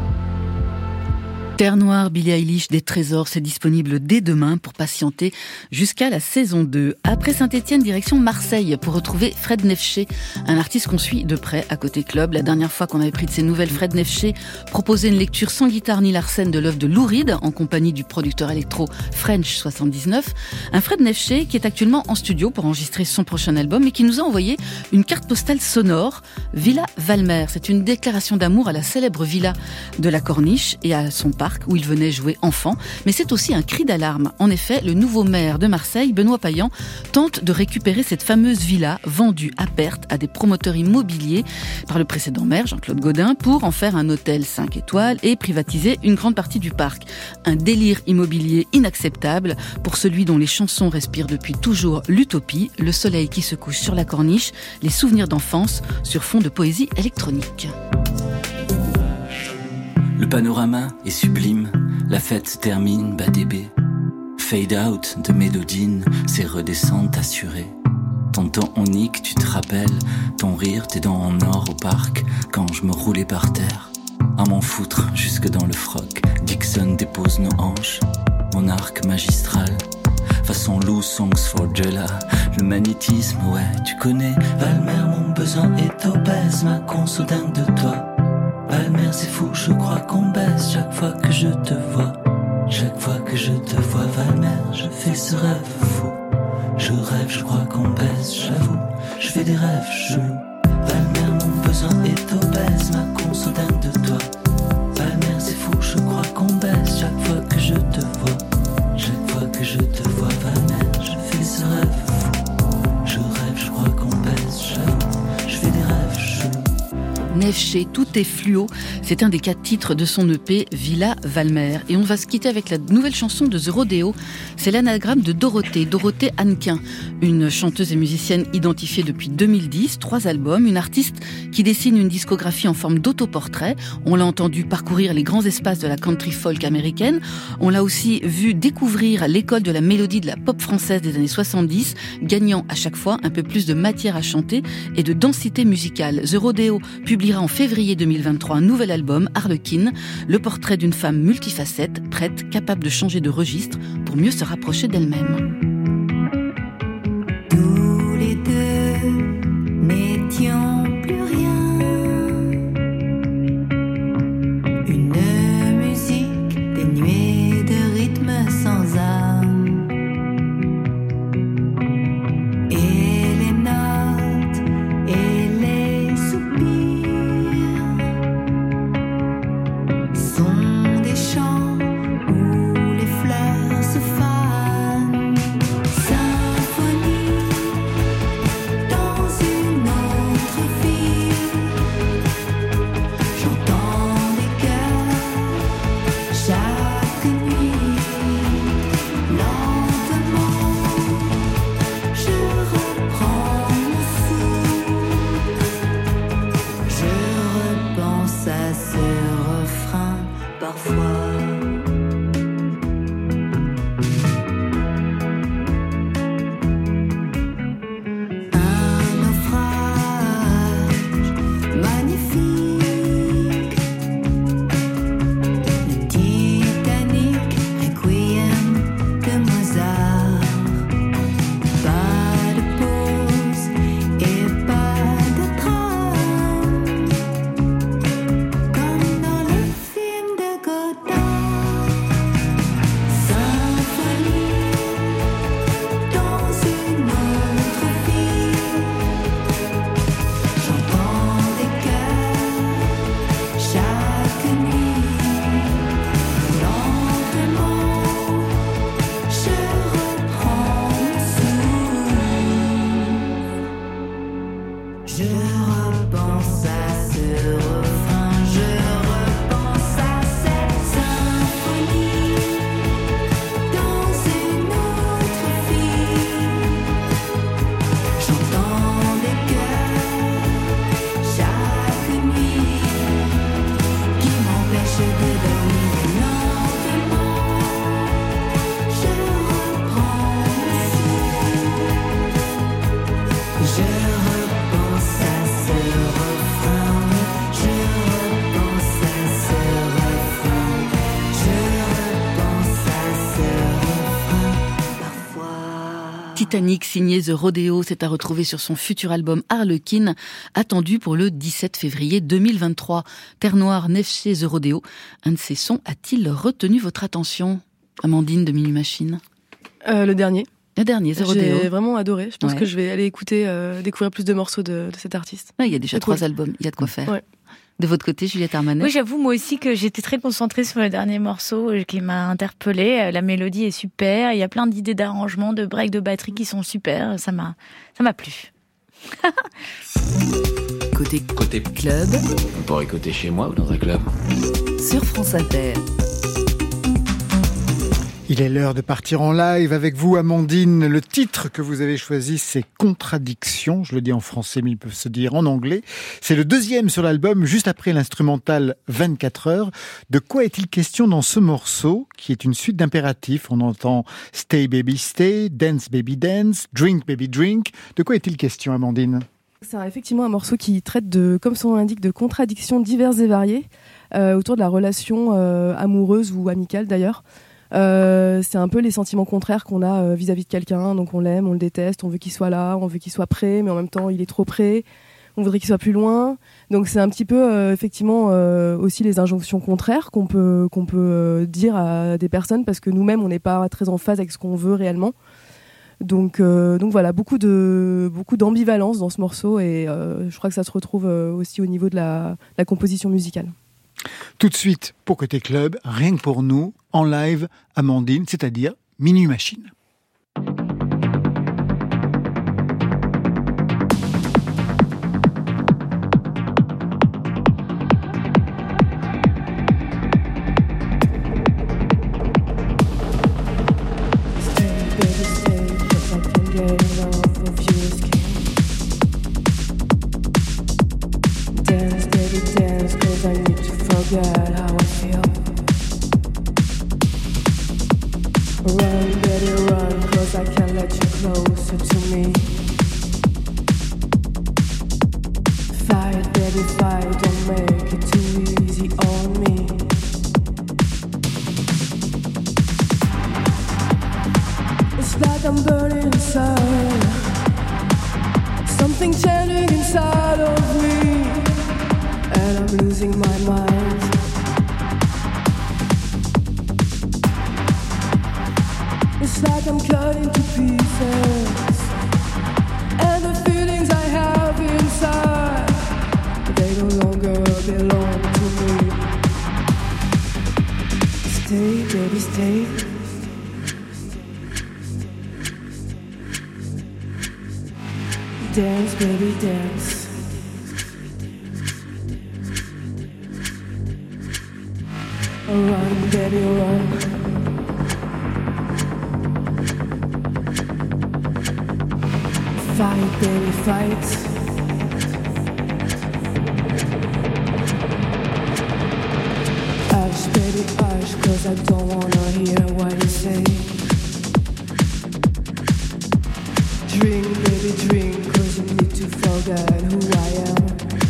Terre Noire, Billie Eilish, des trésors, c'est disponible dès demain pour patienter jusqu'à la saison deux. Après Saint-Étienne, direction Marseille pour retrouver Fred Nefché, un artiste qu'on suit de près à Côté Club. La dernière fois qu'on avait pris de ses nouvelles, Fred Nefché proposait une lecture sans guitare ni Larsen de l'œuvre de Lou Reed en compagnie du producteur électro French soixante-dix-neuf. Un Fred Nefché qui est actuellement en studio pour enregistrer son prochain album et qui nous a envoyé une carte postale sonore, Villa Valmer. C'est une déclaration d'amour à la célèbre villa de la Corniche et à son parc où il venait jouer enfant, mais c'est aussi un cri d'alarme. En effet, le nouveau maire de Marseille, Benoît Payan, tente de récupérer cette fameuse villa vendue à perte à des promoteurs immobiliers par le précédent maire, Jean-Claude Gaudin, pour en faire un hôtel cinq étoiles et privatiser une grande partie du parc. Un délire immobilier inacceptable pour celui dont les chansons respirent depuis toujours l'utopie, le soleil qui se couche sur la Corniche, les souvenirs d'enfance sur fond de poésie électronique. Le panorama est sublime, la fête se termine, bas D B. Fade out de mélodine, c'est redescente assurée. Ton temps onique, tu te rappelles, ton rire, tes dents en or au parc, quand je me roulais par terre. À m'en foutre jusque dans le froc, Dixon dépose nos hanches, mon arc magistral. Façon Lou Songs for Jella, le magnétisme, ouais, tu connais. Valmer, mon besoin est obèse, ma conso dingue de toi. Valmer, c'est fou, je crois qu'on baisse chaque fois que je te vois. Chaque fois que je te vois, Valmer, je fais ce rêve fou. Je rêve, je crois qu'on baisse, j'avoue, je fais des rêves chelous. Valmer, mon besoin est obèse, ma conso dingue de toi. Valmer, c'est fou, je crois qu'on baisse chaque fois que je te vois. Chaque fois que je te vois, Valmer, je fais ce rêve fou. Je rêve, je crois qu'on baisse, j'avoue, je fais des rêves chelous. Nefché, tout est fluo, c'est un des quatre titres de son E P Villa Valmer. Et on va se quitter avec la nouvelle chanson de The Rodeo. C'est l'anagramme de Dorothée, Dorothée Hannequin, une chanteuse et musicienne identifiée depuis deux mille dix, trois albums, une artiste qui dessine une discographie en forme d'autoportrait. On l'a entendu parcourir les grands espaces de la country folk américaine. On l'a aussi vu découvrir l'école de la mélodie de la pop française des années soixante-dix, gagnant à chaque fois un peu plus de matière à chanter et de densité musicale. The Rodeo publie publiera en février deux mille vingt-trois un nouvel album, Harlequin, le portrait d'une femme multifacette, prête, capable de changer de registre pour mieux se rapprocher d'elle-même. Tous les deux n'étions plus rien. Une musique dénuée de rythme sans âme. Et les notes et les soupirs sont des chants où les fleurs se fanent. Symphonie dans une autre ville. J'entends des cœurs chaque nuit. Lentement, je reprends mon souffle. Je repense à ce refrain parfois. Un naufrage magnifique. Le Titanic, Requiem de Mozart. Pas de pause et pas de trame. Comme dans les films de Godard. Symphonie dans une autre ville. J'entends des cœurs chaque nuit. Lentement, je reprends mon souffle. Je repense à ce refrain. Je repense à cette symphonie dans une autre ville. J'entends des cœurs chaque nuit qui m'empêchent de dormir. Lentement, je reprends mon souffle. Je repense à ce refrain. Je repense à ce refrain. Je repense à ce refrain parfois. Titanic, signé The Rodeo, c'est à retrouver sur son futur album Harlequin, attendu pour le dix-sept février deux mille vingt-trois. Terre Noire, Neefché, The Rodeo, un de ces sons a-t-il retenu votre attention, Amandine de Minuit Machine? Euh, le dernier. Le dernier, The Rodeo. J'ai vraiment adoré. Je pense Ouais. que je vais aller écouter, euh, découvrir plus de morceaux de, de cet artiste. Ouais, il y a déjà C'est trois cool. albums, il y a de quoi faire. Ouais. De votre côté, Juliette Armanet? Oui, j'avoue, moi aussi, que j'étais très concentrée sur le dernier morceau euh, qui m'a interpellée. La mélodie est super. Il y a plein d'idées d'arrangement, de breaks de batterie qui sont super. Ça m'a, ça m'a plu. Côté Côté club on pourrait écouter chez moi ou dans un club. sur France Inter. Il est l'heure de partir en live avec vous, Amandine. Le titre que vous avez choisi, c'est Contradiction. Je le dis en français, mais il peut se dire en anglais. C'est le deuxième sur l'album, juste après l'instrumental vingt-quatre heures. De quoi est-il question dans ce morceau, qui est une suite d'impératifs? On entend Stay Baby Stay, Dance Baby Dance, Drink Baby Drink. De quoi est-il question, Amandine? C'est un- effectivement un morceau qui traite de, comme son nom l'indique, de contradictions diverses et variées euh, autour de la relation euh, amoureuse ou amicale d'ailleurs. Euh, c'est un peu les sentiments contraires qu'on a euh, vis-à-vis de quelqu'un. Donc on l'aime, on le déteste, on veut qu'il soit là, on veut qu'il soit près, mais en même temps il est trop près. On voudrait qu'il soit plus loin. Donc c'est un petit peu euh, effectivement euh, aussi les injonctions contraires qu'on peut qu'on peut euh, dire à des personnes parce que nous-mêmes on n'est pas très en phase avec ce qu'on veut réellement. Donc euh, donc voilà, beaucoup de beaucoup d'ambivalence dans ce morceau et euh, je crois que ça se retrouve euh, aussi au niveau de la, la composition musicale. Tout de suite, pour Côté Club, rien que pour nous, en live, Amandine, c'est-à-dire Minuit Machine. forget how I feel. Run, baby, run, cause I can't let you closer to me. Fight, baby, fight, make it too easy on me. It's like I'm burning inside, something changing inside of me, and I'm losing my mind. It's like I'm cut into pieces, and the feelings I have inside, they no longer belong to me. Stay, baby, stay. Dance, baby, dance. Run, baby, run. Fight, baby, fight. Hush, baby, hush, 'cause I don't wanna hear what you say. Drink, baby, drink, 'cause you need to forget who I am.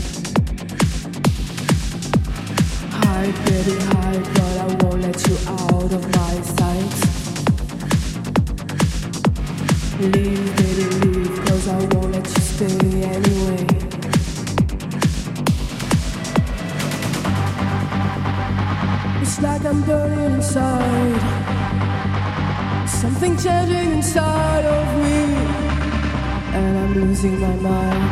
Hide, baby, hide, but I won't let you out of my sight. Leave, baby, leave, 'cause I won't let you stay anyway. It's like I'm burning inside, something changing inside of me, and I'm losing my mind.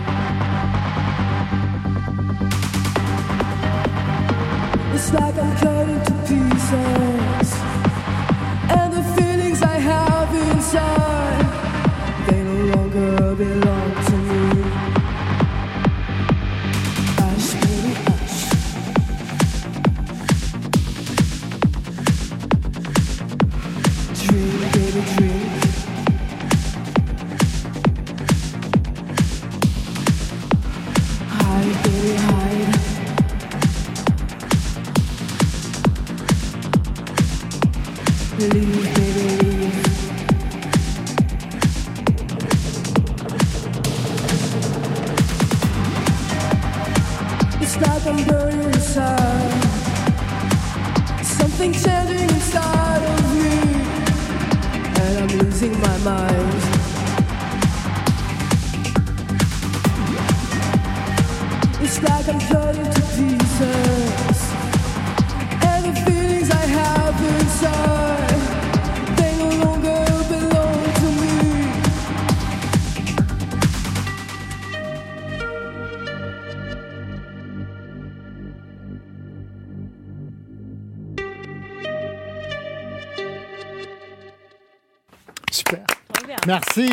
It's like I'm cut into pieces, and the feelings I have inside, they no longer belong to me. Hush, baby, hush. Drink, baby, drink. Hide, baby, hide. Leave, baby, leave. It's like I'm burning inside, something changing inside of me, and I'm losing my mind. It's like I'm cut into pieces, and the feelings I have inside, they no longer belong to me. Super. Merci.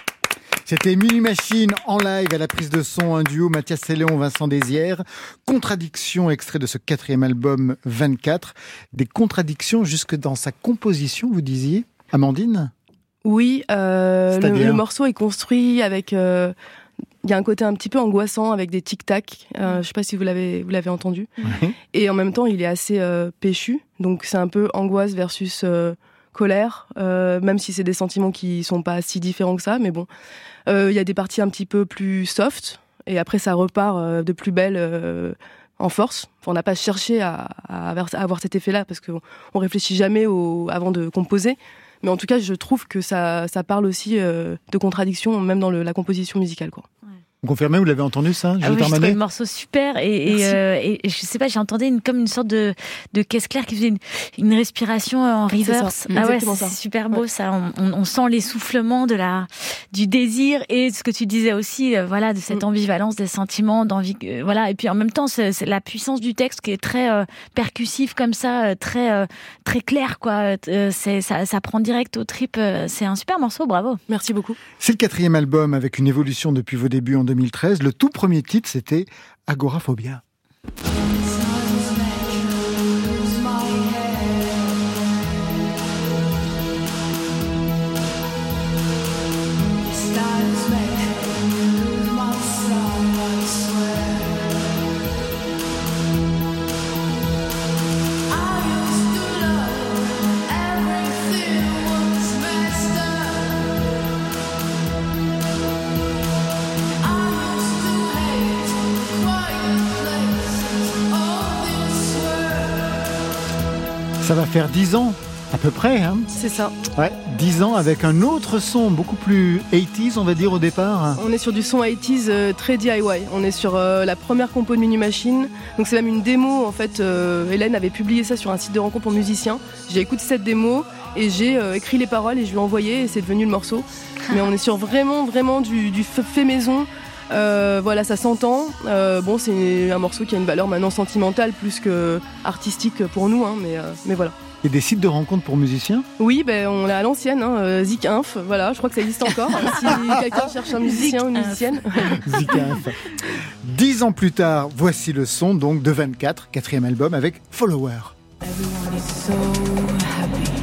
C'était Mini Machine en live à la prise de son, un duo Mathias Séléon, Vincent Désières. Contradiction, extrait de ce quatrième album vingt-quatre. Des contradictions jusque dans sa composition, vous disiez, Amandine ? Oui, euh, le, le morceau est construit avec... Euh, il y a un côté un petit peu angoissant avec des tic-tac. Euh, je ne sais pas si vous l'avez, vous l'avez entendu. Ouais. Et en même temps, il est assez euh, péchu. Donc c'est un peu angoisse versus... Euh, colère, euh, même si c'est des sentiments qui sont pas si différents que ça, mais bon, il euh, y a des parties un petit peu plus soft, et après ça repart euh, de plus belle euh, en force. Enfin, on n'a pas cherché à, à, avoir, à avoir cet effet-là, parce qu'on on réfléchit jamais au, avant de composer, mais en tout cas, je trouve que ça, ça parle aussi euh, de contradiction, même dans le, la composition musicale, quoi. Vous confirmez, vous l'avez entendu ça, ah oui, j'ai trouvé le morceau super et, et, euh, et je sais pas, j'entendais une, comme une sorte de, de caisse claire qui faisait une, une respiration en reverse. C'est ah ouais, c'est ça. super beau ouais. ça. On, on sent l'essoufflement de la du désir et ce que tu disais aussi, euh, voilà, de cette ambivalence des sentiments, d'envie, euh, voilà. Et puis en même temps, c'est, c'est la puissance du texte qui est très euh, percussif comme ça, euh, très euh, très clair quoi. Euh, c'est ça, ça prend direct aux tripes. Euh, c'est un super morceau, bravo. Merci beaucoup. C'est le quatrième album avec une évolution depuis vos débuts en deux mille treize. Le tout premier titre, c'était Agoraphobia. Play Ça va faire dix ans, à peu près. Hein. C'est ça. Ouais, dix ans avec un autre son, beaucoup plus eighties, on va dire, au départ. On est sur du son eighties euh, très D I Y. On est sur euh, la première compo de Mini Machine. Donc c'est même une démo, en fait. Euh, Hélène avait publié ça sur un site de rencontre pour musiciens. J'ai écouté cette démo et j'ai euh, écrit les paroles et je lui ai envoyé et c'est devenu le morceau. Mais on est sur vraiment, vraiment du, du fait maison. Euh, voilà, ça s'entend. Euh, bon, c'est un morceau qui a une valeur maintenant sentimentale plus que artistique pour nous, hein, mais, euh, mais voilà. Il y a des sites de rencontres pour musiciens ? Oui, ben, on est à l'ancienne, hein, euh, Zik Inf, voilà, je crois que ça existe encore. Si quelqu'un cherche un musicien ou une musicienne. Zik Inf. Dix ans plus tard, voici le son donc de vingt-quatre, quatrième album avec Follower. Everyone is so happy.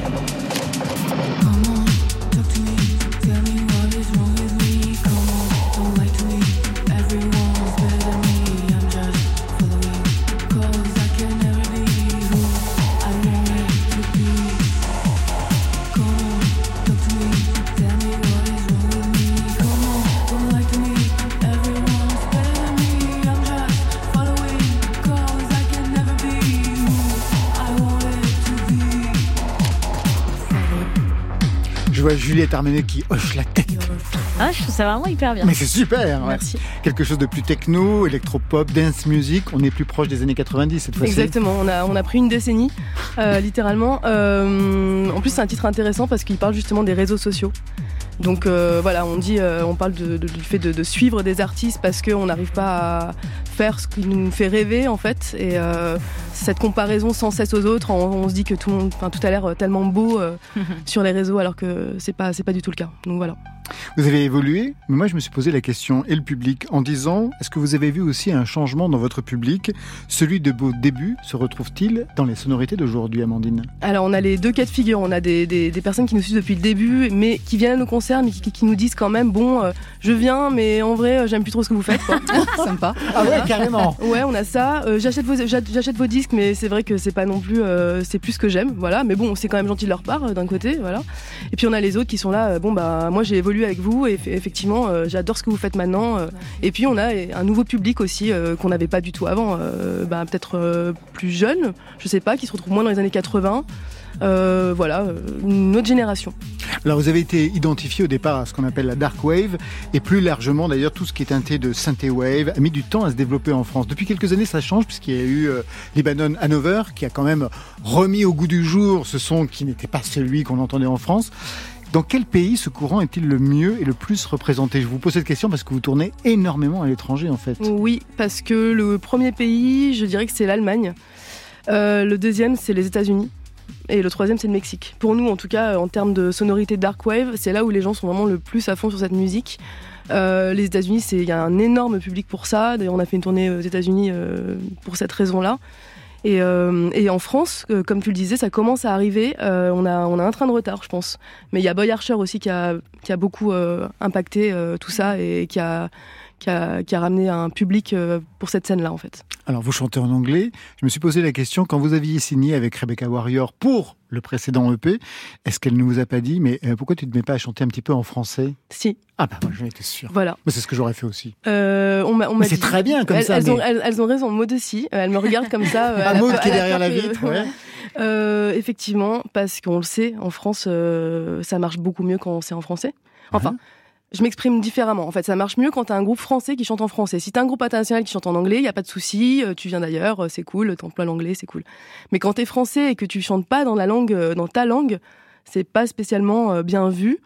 Je vois Juliette Armanet qui hoche la tête. Ah, je trouve ça vraiment hyper bien. Mais c'est super. Ouais. Merci. Quelque chose de plus techno, électropop, dance music. On est plus proche des années quatre-vingt-dix cette fois-ci. Exactement. On a on a pris une décennie, euh, littéralement. Euh, en plus, c'est un titre intéressant parce qu'il parle justement des réseaux sociaux. Donc euh, voilà, on dit, euh, on parle de, de, du fait de, de suivre des artistes parce qu'on n'arrive pas à faire ce qui nous fait rêver en fait. Et euh, cette comparaison sans cesse aux autres, on, on se dit que tout, le monde, enfin, tout a l'air tellement beau euh, sur les réseaux alors que c'est pas, c'est pas du tout le cas. Donc voilà. Vous avez évolué, mais moi je me suis posé la question, et le public, en disant, est-ce que vous avez vu aussi un changement dans votre public ? Celui de vos débuts se retrouve-t-il dans les sonorités d'aujourd'hui, Amandine ? Alors on a les deux cas de figure, on a des, des, des personnes qui nous suivent depuis le début, mais qui viennent à nos concerts, mais qui, qui nous disent quand même, bon, euh, je viens, mais en vrai, euh, j'aime plus trop ce que vous faites, quoi. Sympa. Ah ouais, carrément. Ouais, on a ça. Euh, j'achète vos, j'achète vos disques, mais c'est vrai que c'est pas non plus, euh, c'est plus ce que j'aime, voilà. Mais bon, c'est quand même gentil de leur part, euh, d'un côté, voilà. Et puis on a les autres qui sont là, euh, bon bah, moi j'ai évolué avec vous, et effectivement, euh, j'adore ce que vous faites maintenant. Euh, et puis on a un nouveau public aussi euh, qu'on n'avait pas du tout avant, euh, bah, peut-être euh, plus jeune, je sais pas, qui se retrouve moins dans les années quatre-vingts. Euh, voilà, une autre génération. Alors vous avez été identifié au départ à ce qu'on appelle la dark wave, et plus largement d'ailleurs tout ce qui est teinté de synthé wave a mis du temps à se développer en France. Depuis quelques années ça change puisqu'il y a eu euh, Lebanon Hanover qui a quand même remis au goût du jour ce son qui n'était pas celui qu'on entendait en France. Dans quel pays ce courant est-il le mieux et le plus représenté ? Je vous pose cette question parce que vous tournez énormément à l'étranger en fait. Oui, parce que le premier pays, je dirais que c'est l'Allemagne. Euh, le deuxième, c'est les États-Unis. Et le troisième, c'est le Mexique. Pour nous, en tout cas, en termes de sonorité dark wave, c'est là où les gens sont vraiment le plus à fond sur cette musique. Euh, les États-Unis, il y a un énorme public pour ça. D'ailleurs, on a fait une tournée aux États-Unis euh, pour cette raison-là. Et, euh, et en France, euh, comme tu le disais, ça commence à arriver. Euh, on, a, on a un train de retard, je pense. Mais il y a Boy Archer aussi qui a, qui a beaucoup euh, impacté euh, tout ça et qui a, qui, a, qui a ramené un public euh, pour cette scène-là, en fait. Alors, vous chantez en anglais. Je me suis posé la question, quand vous aviez signé avec Rebecca Warrior pour le précédent E P, est-ce qu'elle ne vous a pas dit, mais euh, pourquoi tu ne te mets pas à chanter un petit peu en français ? Si. Ah bah moi j'en étais sûr. Voilà. Mais c'est ce que j'aurais fait aussi. Euh, on m'a, on m'a mais c'est dit. très bien comme elles, ça. Elles, mais... ont, elles, elles ont raison, Maud aussi. Elle me regarde comme ça. Ah, Maud qui est derrière la vitre, que, ouais. Euh, effectivement, parce qu'on le sait, en France, euh, ça marche beaucoup mieux quand c'est en français. Enfin, uh-huh. Je m'exprime différemment. En fait, ça marche mieux quand t'as un groupe français qui chante en français. Si t'as un groupe international qui chante en anglais, il y a pas de souci. Tu viens d'ailleurs, c'est cool. T'emploies l'anglais, c'est cool. Mais quand t'es français et que tu chantes pas dans la langue, dans ta langue, c'est pas spécialement bien vu.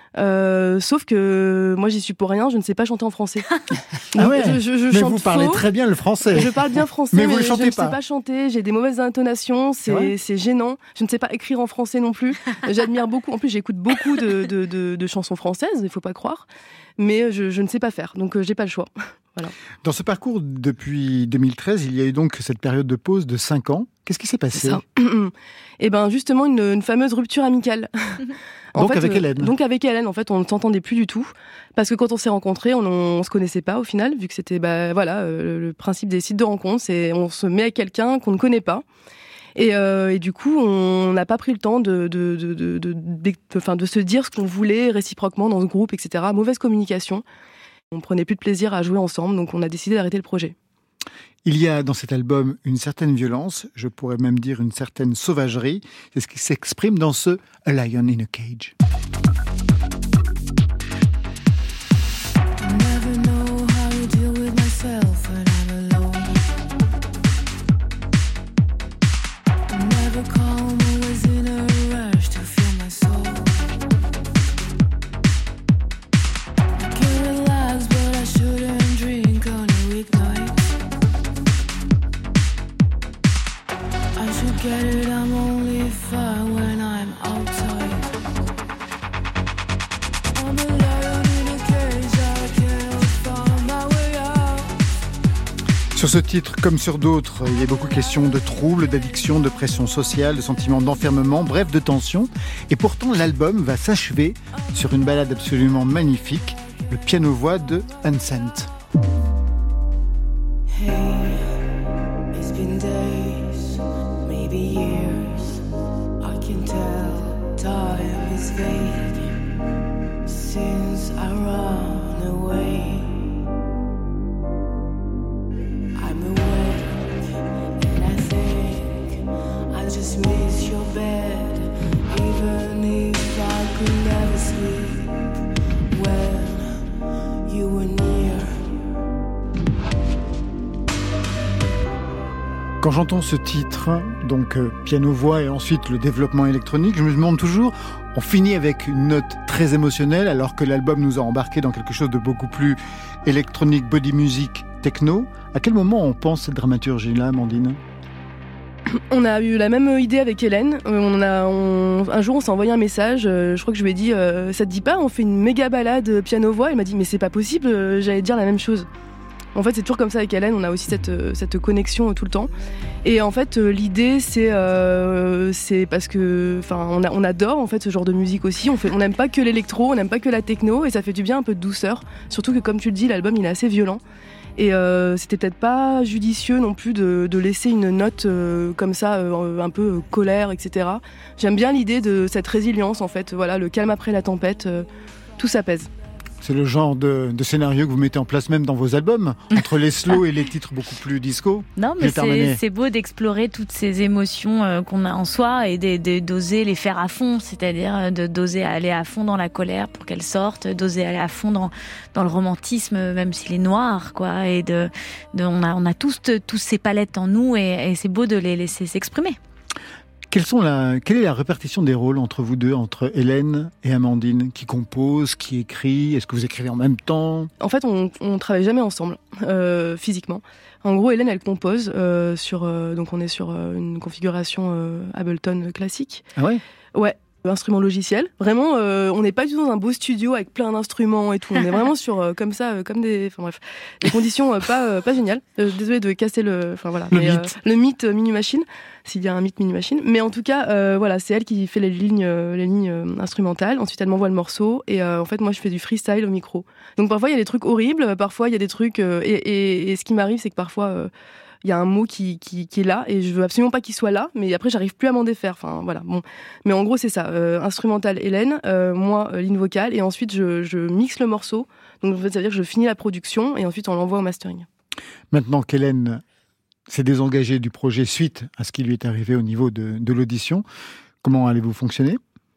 Euh, sauf que moi j'y suis pour rien, je ne sais pas chanter en français. Ah ouais, je, je, je mais chante vous parlez faux. Très bien le français. Je parle bien français, mais, mais, vous le je chantez ne pas. sais pas chanter. J'ai des mauvaises intonations, c'est, c'est gênant. Je ne sais pas écrire en français non plus. J'admire beaucoup. En plus, j'écoute beaucoup de, de, de, de chansons françaises. Il faut pas croire. Mais je, je ne sais pas faire, donc euh, j'ai pas le choix. Voilà. Dans ce parcours depuis deux mille treize, il y a eu donc cette période de pause de cinq ans. Qu'est-ce qui s'est passé ? Eh ben justement une, une fameuse rupture amicale. En donc fait, avec Hélène. Euh, donc avec Hélène, en fait, on ne s'entendait plus du tout parce que quand on s'est rencontrés, on, on se connaissait pas au final, vu que c'était bah voilà euh, le principe des sites de rencontres, c'est on se met avec quelqu'un qu'on ne connaît pas. Et, euh, et du coup, on n'a pas pris le temps de, de, de, de, de, de, de, de se dire ce qu'on voulait réciproquement dans ce groupe, et cetera. Mauvaise communication. On prenait plus de plaisir à jouer ensemble, donc on a décidé d'arrêter le projet. Il y a dans cet album une certaine violence, je pourrais même dire une certaine sauvagerie. C'est ce qui s'exprime dans ce A Lion in a Cage. Sur ce titre, comme sur d'autres, il y a beaucoup de questions de troubles, d'addiction, de pression sociale, de sentiments d'enfermement, bref, de tension. Et pourtant, l'album va s'achever sur une ballade absolument magnifique, le piano-voix de Unsent. Hey, it's been days, maybe years. I can tell time is vague since I run away. Just miss your bed, even if I could never sleep when you were near. Quand j'entends ce titre, donc euh, piano-voix et ensuite le développement électronique, je me demande toujours, on finit avec une note très émotionnelle alors que l'album nous a embarqué dans quelque chose de beaucoup plus électronique, body music, techno. À quel moment on pense cette dramaturgie-là, Amandine ? On a eu la même idée avec Hélène. On a, on, un jour, on s'est envoyé un message. Euh, je crois que je lui ai dit euh, « Ça te dit pas, on fait une méga balade piano-voix ?» Elle m'a dit « Mais c'est pas possible, euh, j'allais dire la même chose. » En fait, c'est toujours comme ça avec Hélène. On a aussi cette, cette connexion tout le temps. Et en fait, l'idée, c'est, euh, c'est parce que, enfin, on, on adore en fait ce genre de musique aussi. On fait, on n'aime pas que l'électro, on n'aime pas que la techno, et ça fait du bien un peu de douceur. Surtout que, comme tu le dis, l'album il est assez violent. Et euh, c'était peut-être pas judicieux non plus de, de laisser une note euh, comme ça, euh, un peu euh, colère, et cetera. J'aime bien l'idée de cette résilience, en fait. Voilà, le calme après la tempête, euh, tout s'apaise. C'est le genre de, de scénario que vous mettez en place même dans vos albums, entre les slows et les titres beaucoup plus disco. Non, mais c'est, c'est beau d'explorer toutes ces émotions euh, qu'on a en soi et de, de, d'oser les faire à fond, c'est-à-dire de, d'oser aller à fond dans la colère pour qu'elle sorte, d'oser aller à fond dans, dans le romantisme, même s'il est noir, quoi. Et de, de, on a, on a tous, tous ces palettes en nous et, et c'est beau de les laisser s'exprimer. Quelles sont la, quelle est la répartition des rôles entre vous deux, entre Hélène et Amandine? Qui compose, qui écrit? Est-ce que vous écrivez en même temps? En fait, on ne travaille jamais ensemble, euh, physiquement. En gros, Hélène, elle compose euh, sur... Euh, donc, on est sur euh, une configuration euh, Ableton classique. Ah ouais? Ouais. Instrument logiciel. Vraiment, euh, on n'est pas du tout dans un beau studio avec plein d'instruments et tout. On est vraiment sur euh, comme ça, euh, comme des, enfin bref, des conditions euh, pas euh, pas géniales. Euh, désolée de casser le, enfin voilà, le mais, mythe, euh, le mythe euh, mini machine, s'il y a un mythe mini machine. Mais en tout cas, euh, voilà, c'est elle qui fait les lignes, euh, les lignes euh, instrumentales. Ensuite, elle m'envoie le morceau et euh, en fait, moi, je fais du freestyle au micro. Donc parfois, il y a des trucs horribles, parfois il y a des trucs euh, et, et, et ce qui m'arrive, c'est que parfois euh, il y a un mot qui, qui, qui est là et je veux absolument pas qu'il soit là, mais après j'arrive plus à m'en défaire. Enfin voilà. Bon, mais en gros c'est ça. Euh, instrumental Hélène, euh, moi euh, ligne vocale et ensuite je, je mixe le morceau. Donc en fait ça veut dire que je finis la production et ensuite on l'envoie au mastering. Maintenant qu'Hélène s'est désengagée du projet suite à ce qui lui est arrivé au niveau de, de l'audition, comment allez-vous fonctionner?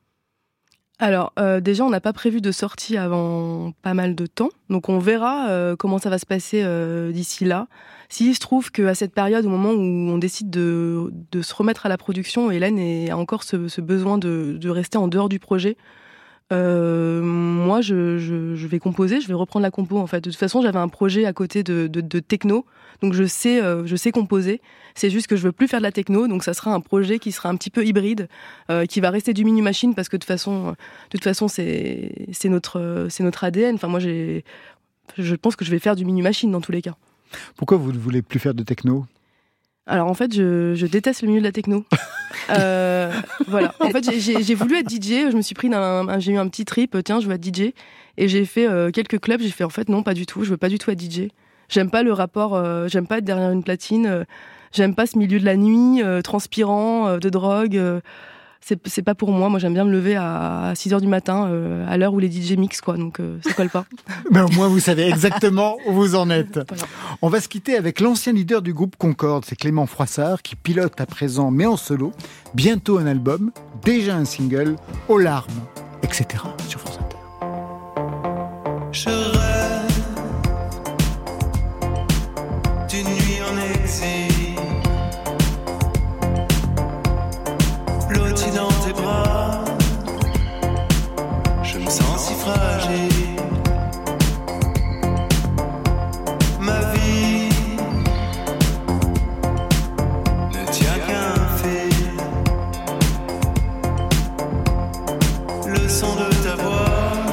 Alors, euh, déjà, on n'a pas prévu de sortie avant pas mal de temps. Donc, on verra euh, comment ça va se passer euh, d'ici là. S'il se trouve qu'à cette période, au moment où on décide de, de se remettre à la production, Hélène a encore ce, ce besoin de, de rester en dehors du projet. Euh, moi, je, je, je vais composer, je vais reprendre la compo, en fait. De toute façon, j'avais un projet à côté de, de, de techno. Donc, je sais, euh, je sais composer. C'est juste que je veux plus faire de la techno. Donc, ça sera un projet qui sera un petit peu hybride, euh, qui va rester du mini-machine parce que de toute façon, de toute façon c'est, c'est, notre, c'est notre A D N. Enfin, moi, j'ai, je pense que je vais faire du mini-machine dans tous les cas. Pourquoi vous ne voulez plus faire de techno ? Alors en fait, je, je déteste le milieu de la techno. euh, voilà. En fait, j'ai, j'ai, j'ai voulu être D J. Je me suis pris d'un, un, j'ai eu un petit trip. Tiens, je veux être D J. Et j'ai fait euh, quelques clubs. J'ai fait en fait non, pas du tout. Je veux pas du tout être D J. J'aime pas le rapport. Euh, j'aime pas être derrière une platine. Euh, j'aime pas ce milieu de la nuit, euh, transpirant, euh, de drogue. Euh, c'est, c'est pas pour moi. Moi, j'aime bien me lever à six heures du matin, euh, à l'heure où les D J mixent, quoi. Donc, euh, ça colle pas. Ben, au moins, vous savez exactement où vous en êtes. Voilà. On va se quitter avec l'ancien leader du groupe Concorde, c'est Clément Froissart, qui pilote à présent, mais en solo. Bientôt un album, déjà un single, aux larmes, et cetera sur France Inter. Je rêve d'une nuit en exil, blotti dans tes bras, je me sens si fragile. Ma vie ne tient qu'à un fil, le son de ta voix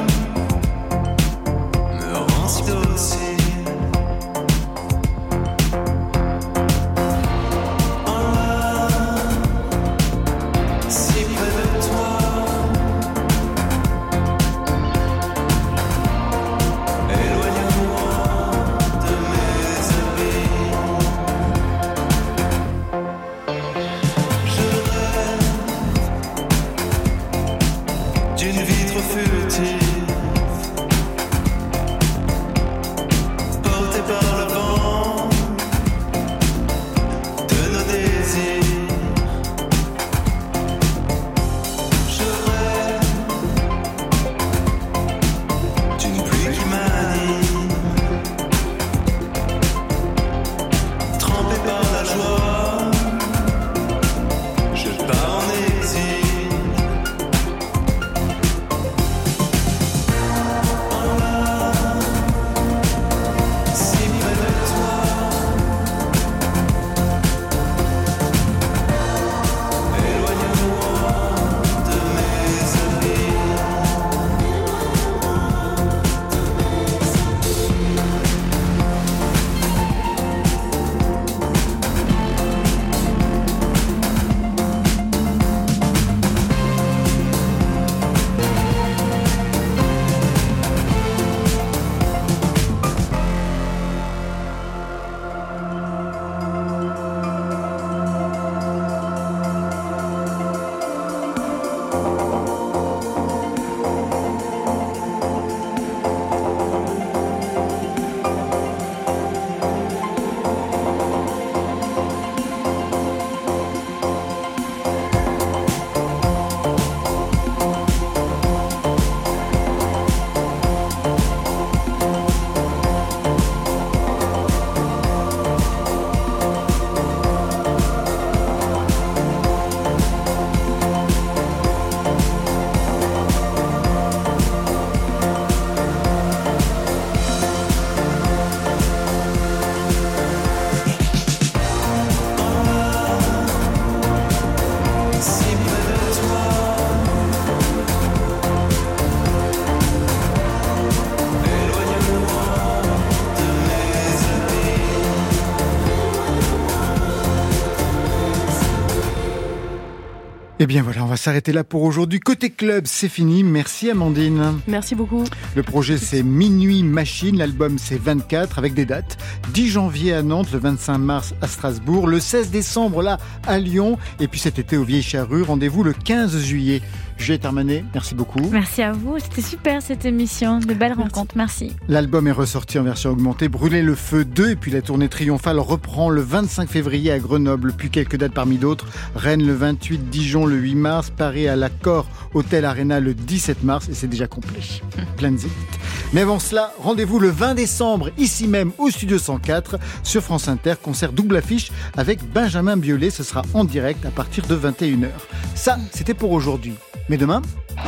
Eh bien voilà, on va s'arrêter là pour aujourd'hui. Côté club, c'est fini. Merci Amandine. Merci beaucoup. Le projet c'est Minuit Machine, l'album c'est vingt-quatre avec des dates. dix janvier à Nantes, le vingt-cinq mars à Strasbourg, le seize décembre là à Lyon et puis cet été aux Vieilles Charrues. Rendez-vous le quinze juillet. Juliette Armanet, merci beaucoup. Merci à vous, c'était super cette émission, de belles merci. rencontres, merci. L'album est ressorti en version augmentée, Brûler le feu deux, et puis la tournée triomphale reprend le vingt-cinq février à Grenoble, puis quelques dates parmi d'autres, Rennes le vingt-huit, Dijon le huit mars, Paris à l'Accor Hôtel Arena le dix-sept mars, et c'est déjà complet, plein de zéniths. Mais avant cela, rendez-vous le vingt décembre, ici même au Studio cent quatre, sur France Inter, concert double affiche avec Benjamin Biolay, ce sera en direct à partir de vingt et une heures. Ça, c'était pour aujourd'hui. Mais demain ?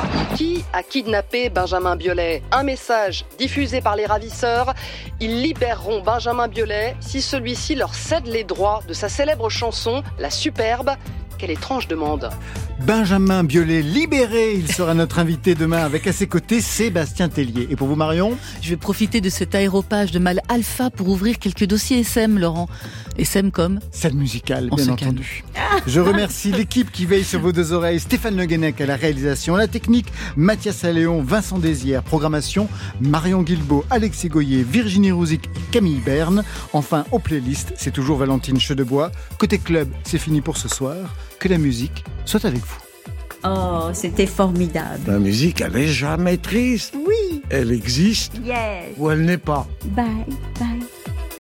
Qui a kidnappé Benjamin Biolay ? Un message diffusé par les ravisseurs. Ils libéreront Benjamin Biolay si celui-ci leur cède les droits de sa célèbre chanson « La Superbe ». Quelle étrange demande. Benjamin Biolay libéré, il sera notre invité demain avec à ses côtés Sébastien Tellier. Et pour vous Marion ? Je vais profiter de cet aéropage de Mal Alpha pour ouvrir quelques dossiers S M, Laurent. S M comme scène musicale, bien entendu. Je remercie l'équipe qui veille sur vos deux oreilles. Stéphane Le Guenec à la réalisation, la technique, Mathias Alléon, Vincent Désière, programmation, Marion Guilbault, Alexis Goyer, Virginie Rouzic et Camille Berne. Enfin, aux playlists, c'est toujours Valentine Chedebois. Côté club, c'est fini pour ce soir. Que la musique soit avec vous. Oh, c'était formidable. La musique, elle est jamais triste. Oui. Elle existe Yes. ou elle n'est pas. Bye, bye.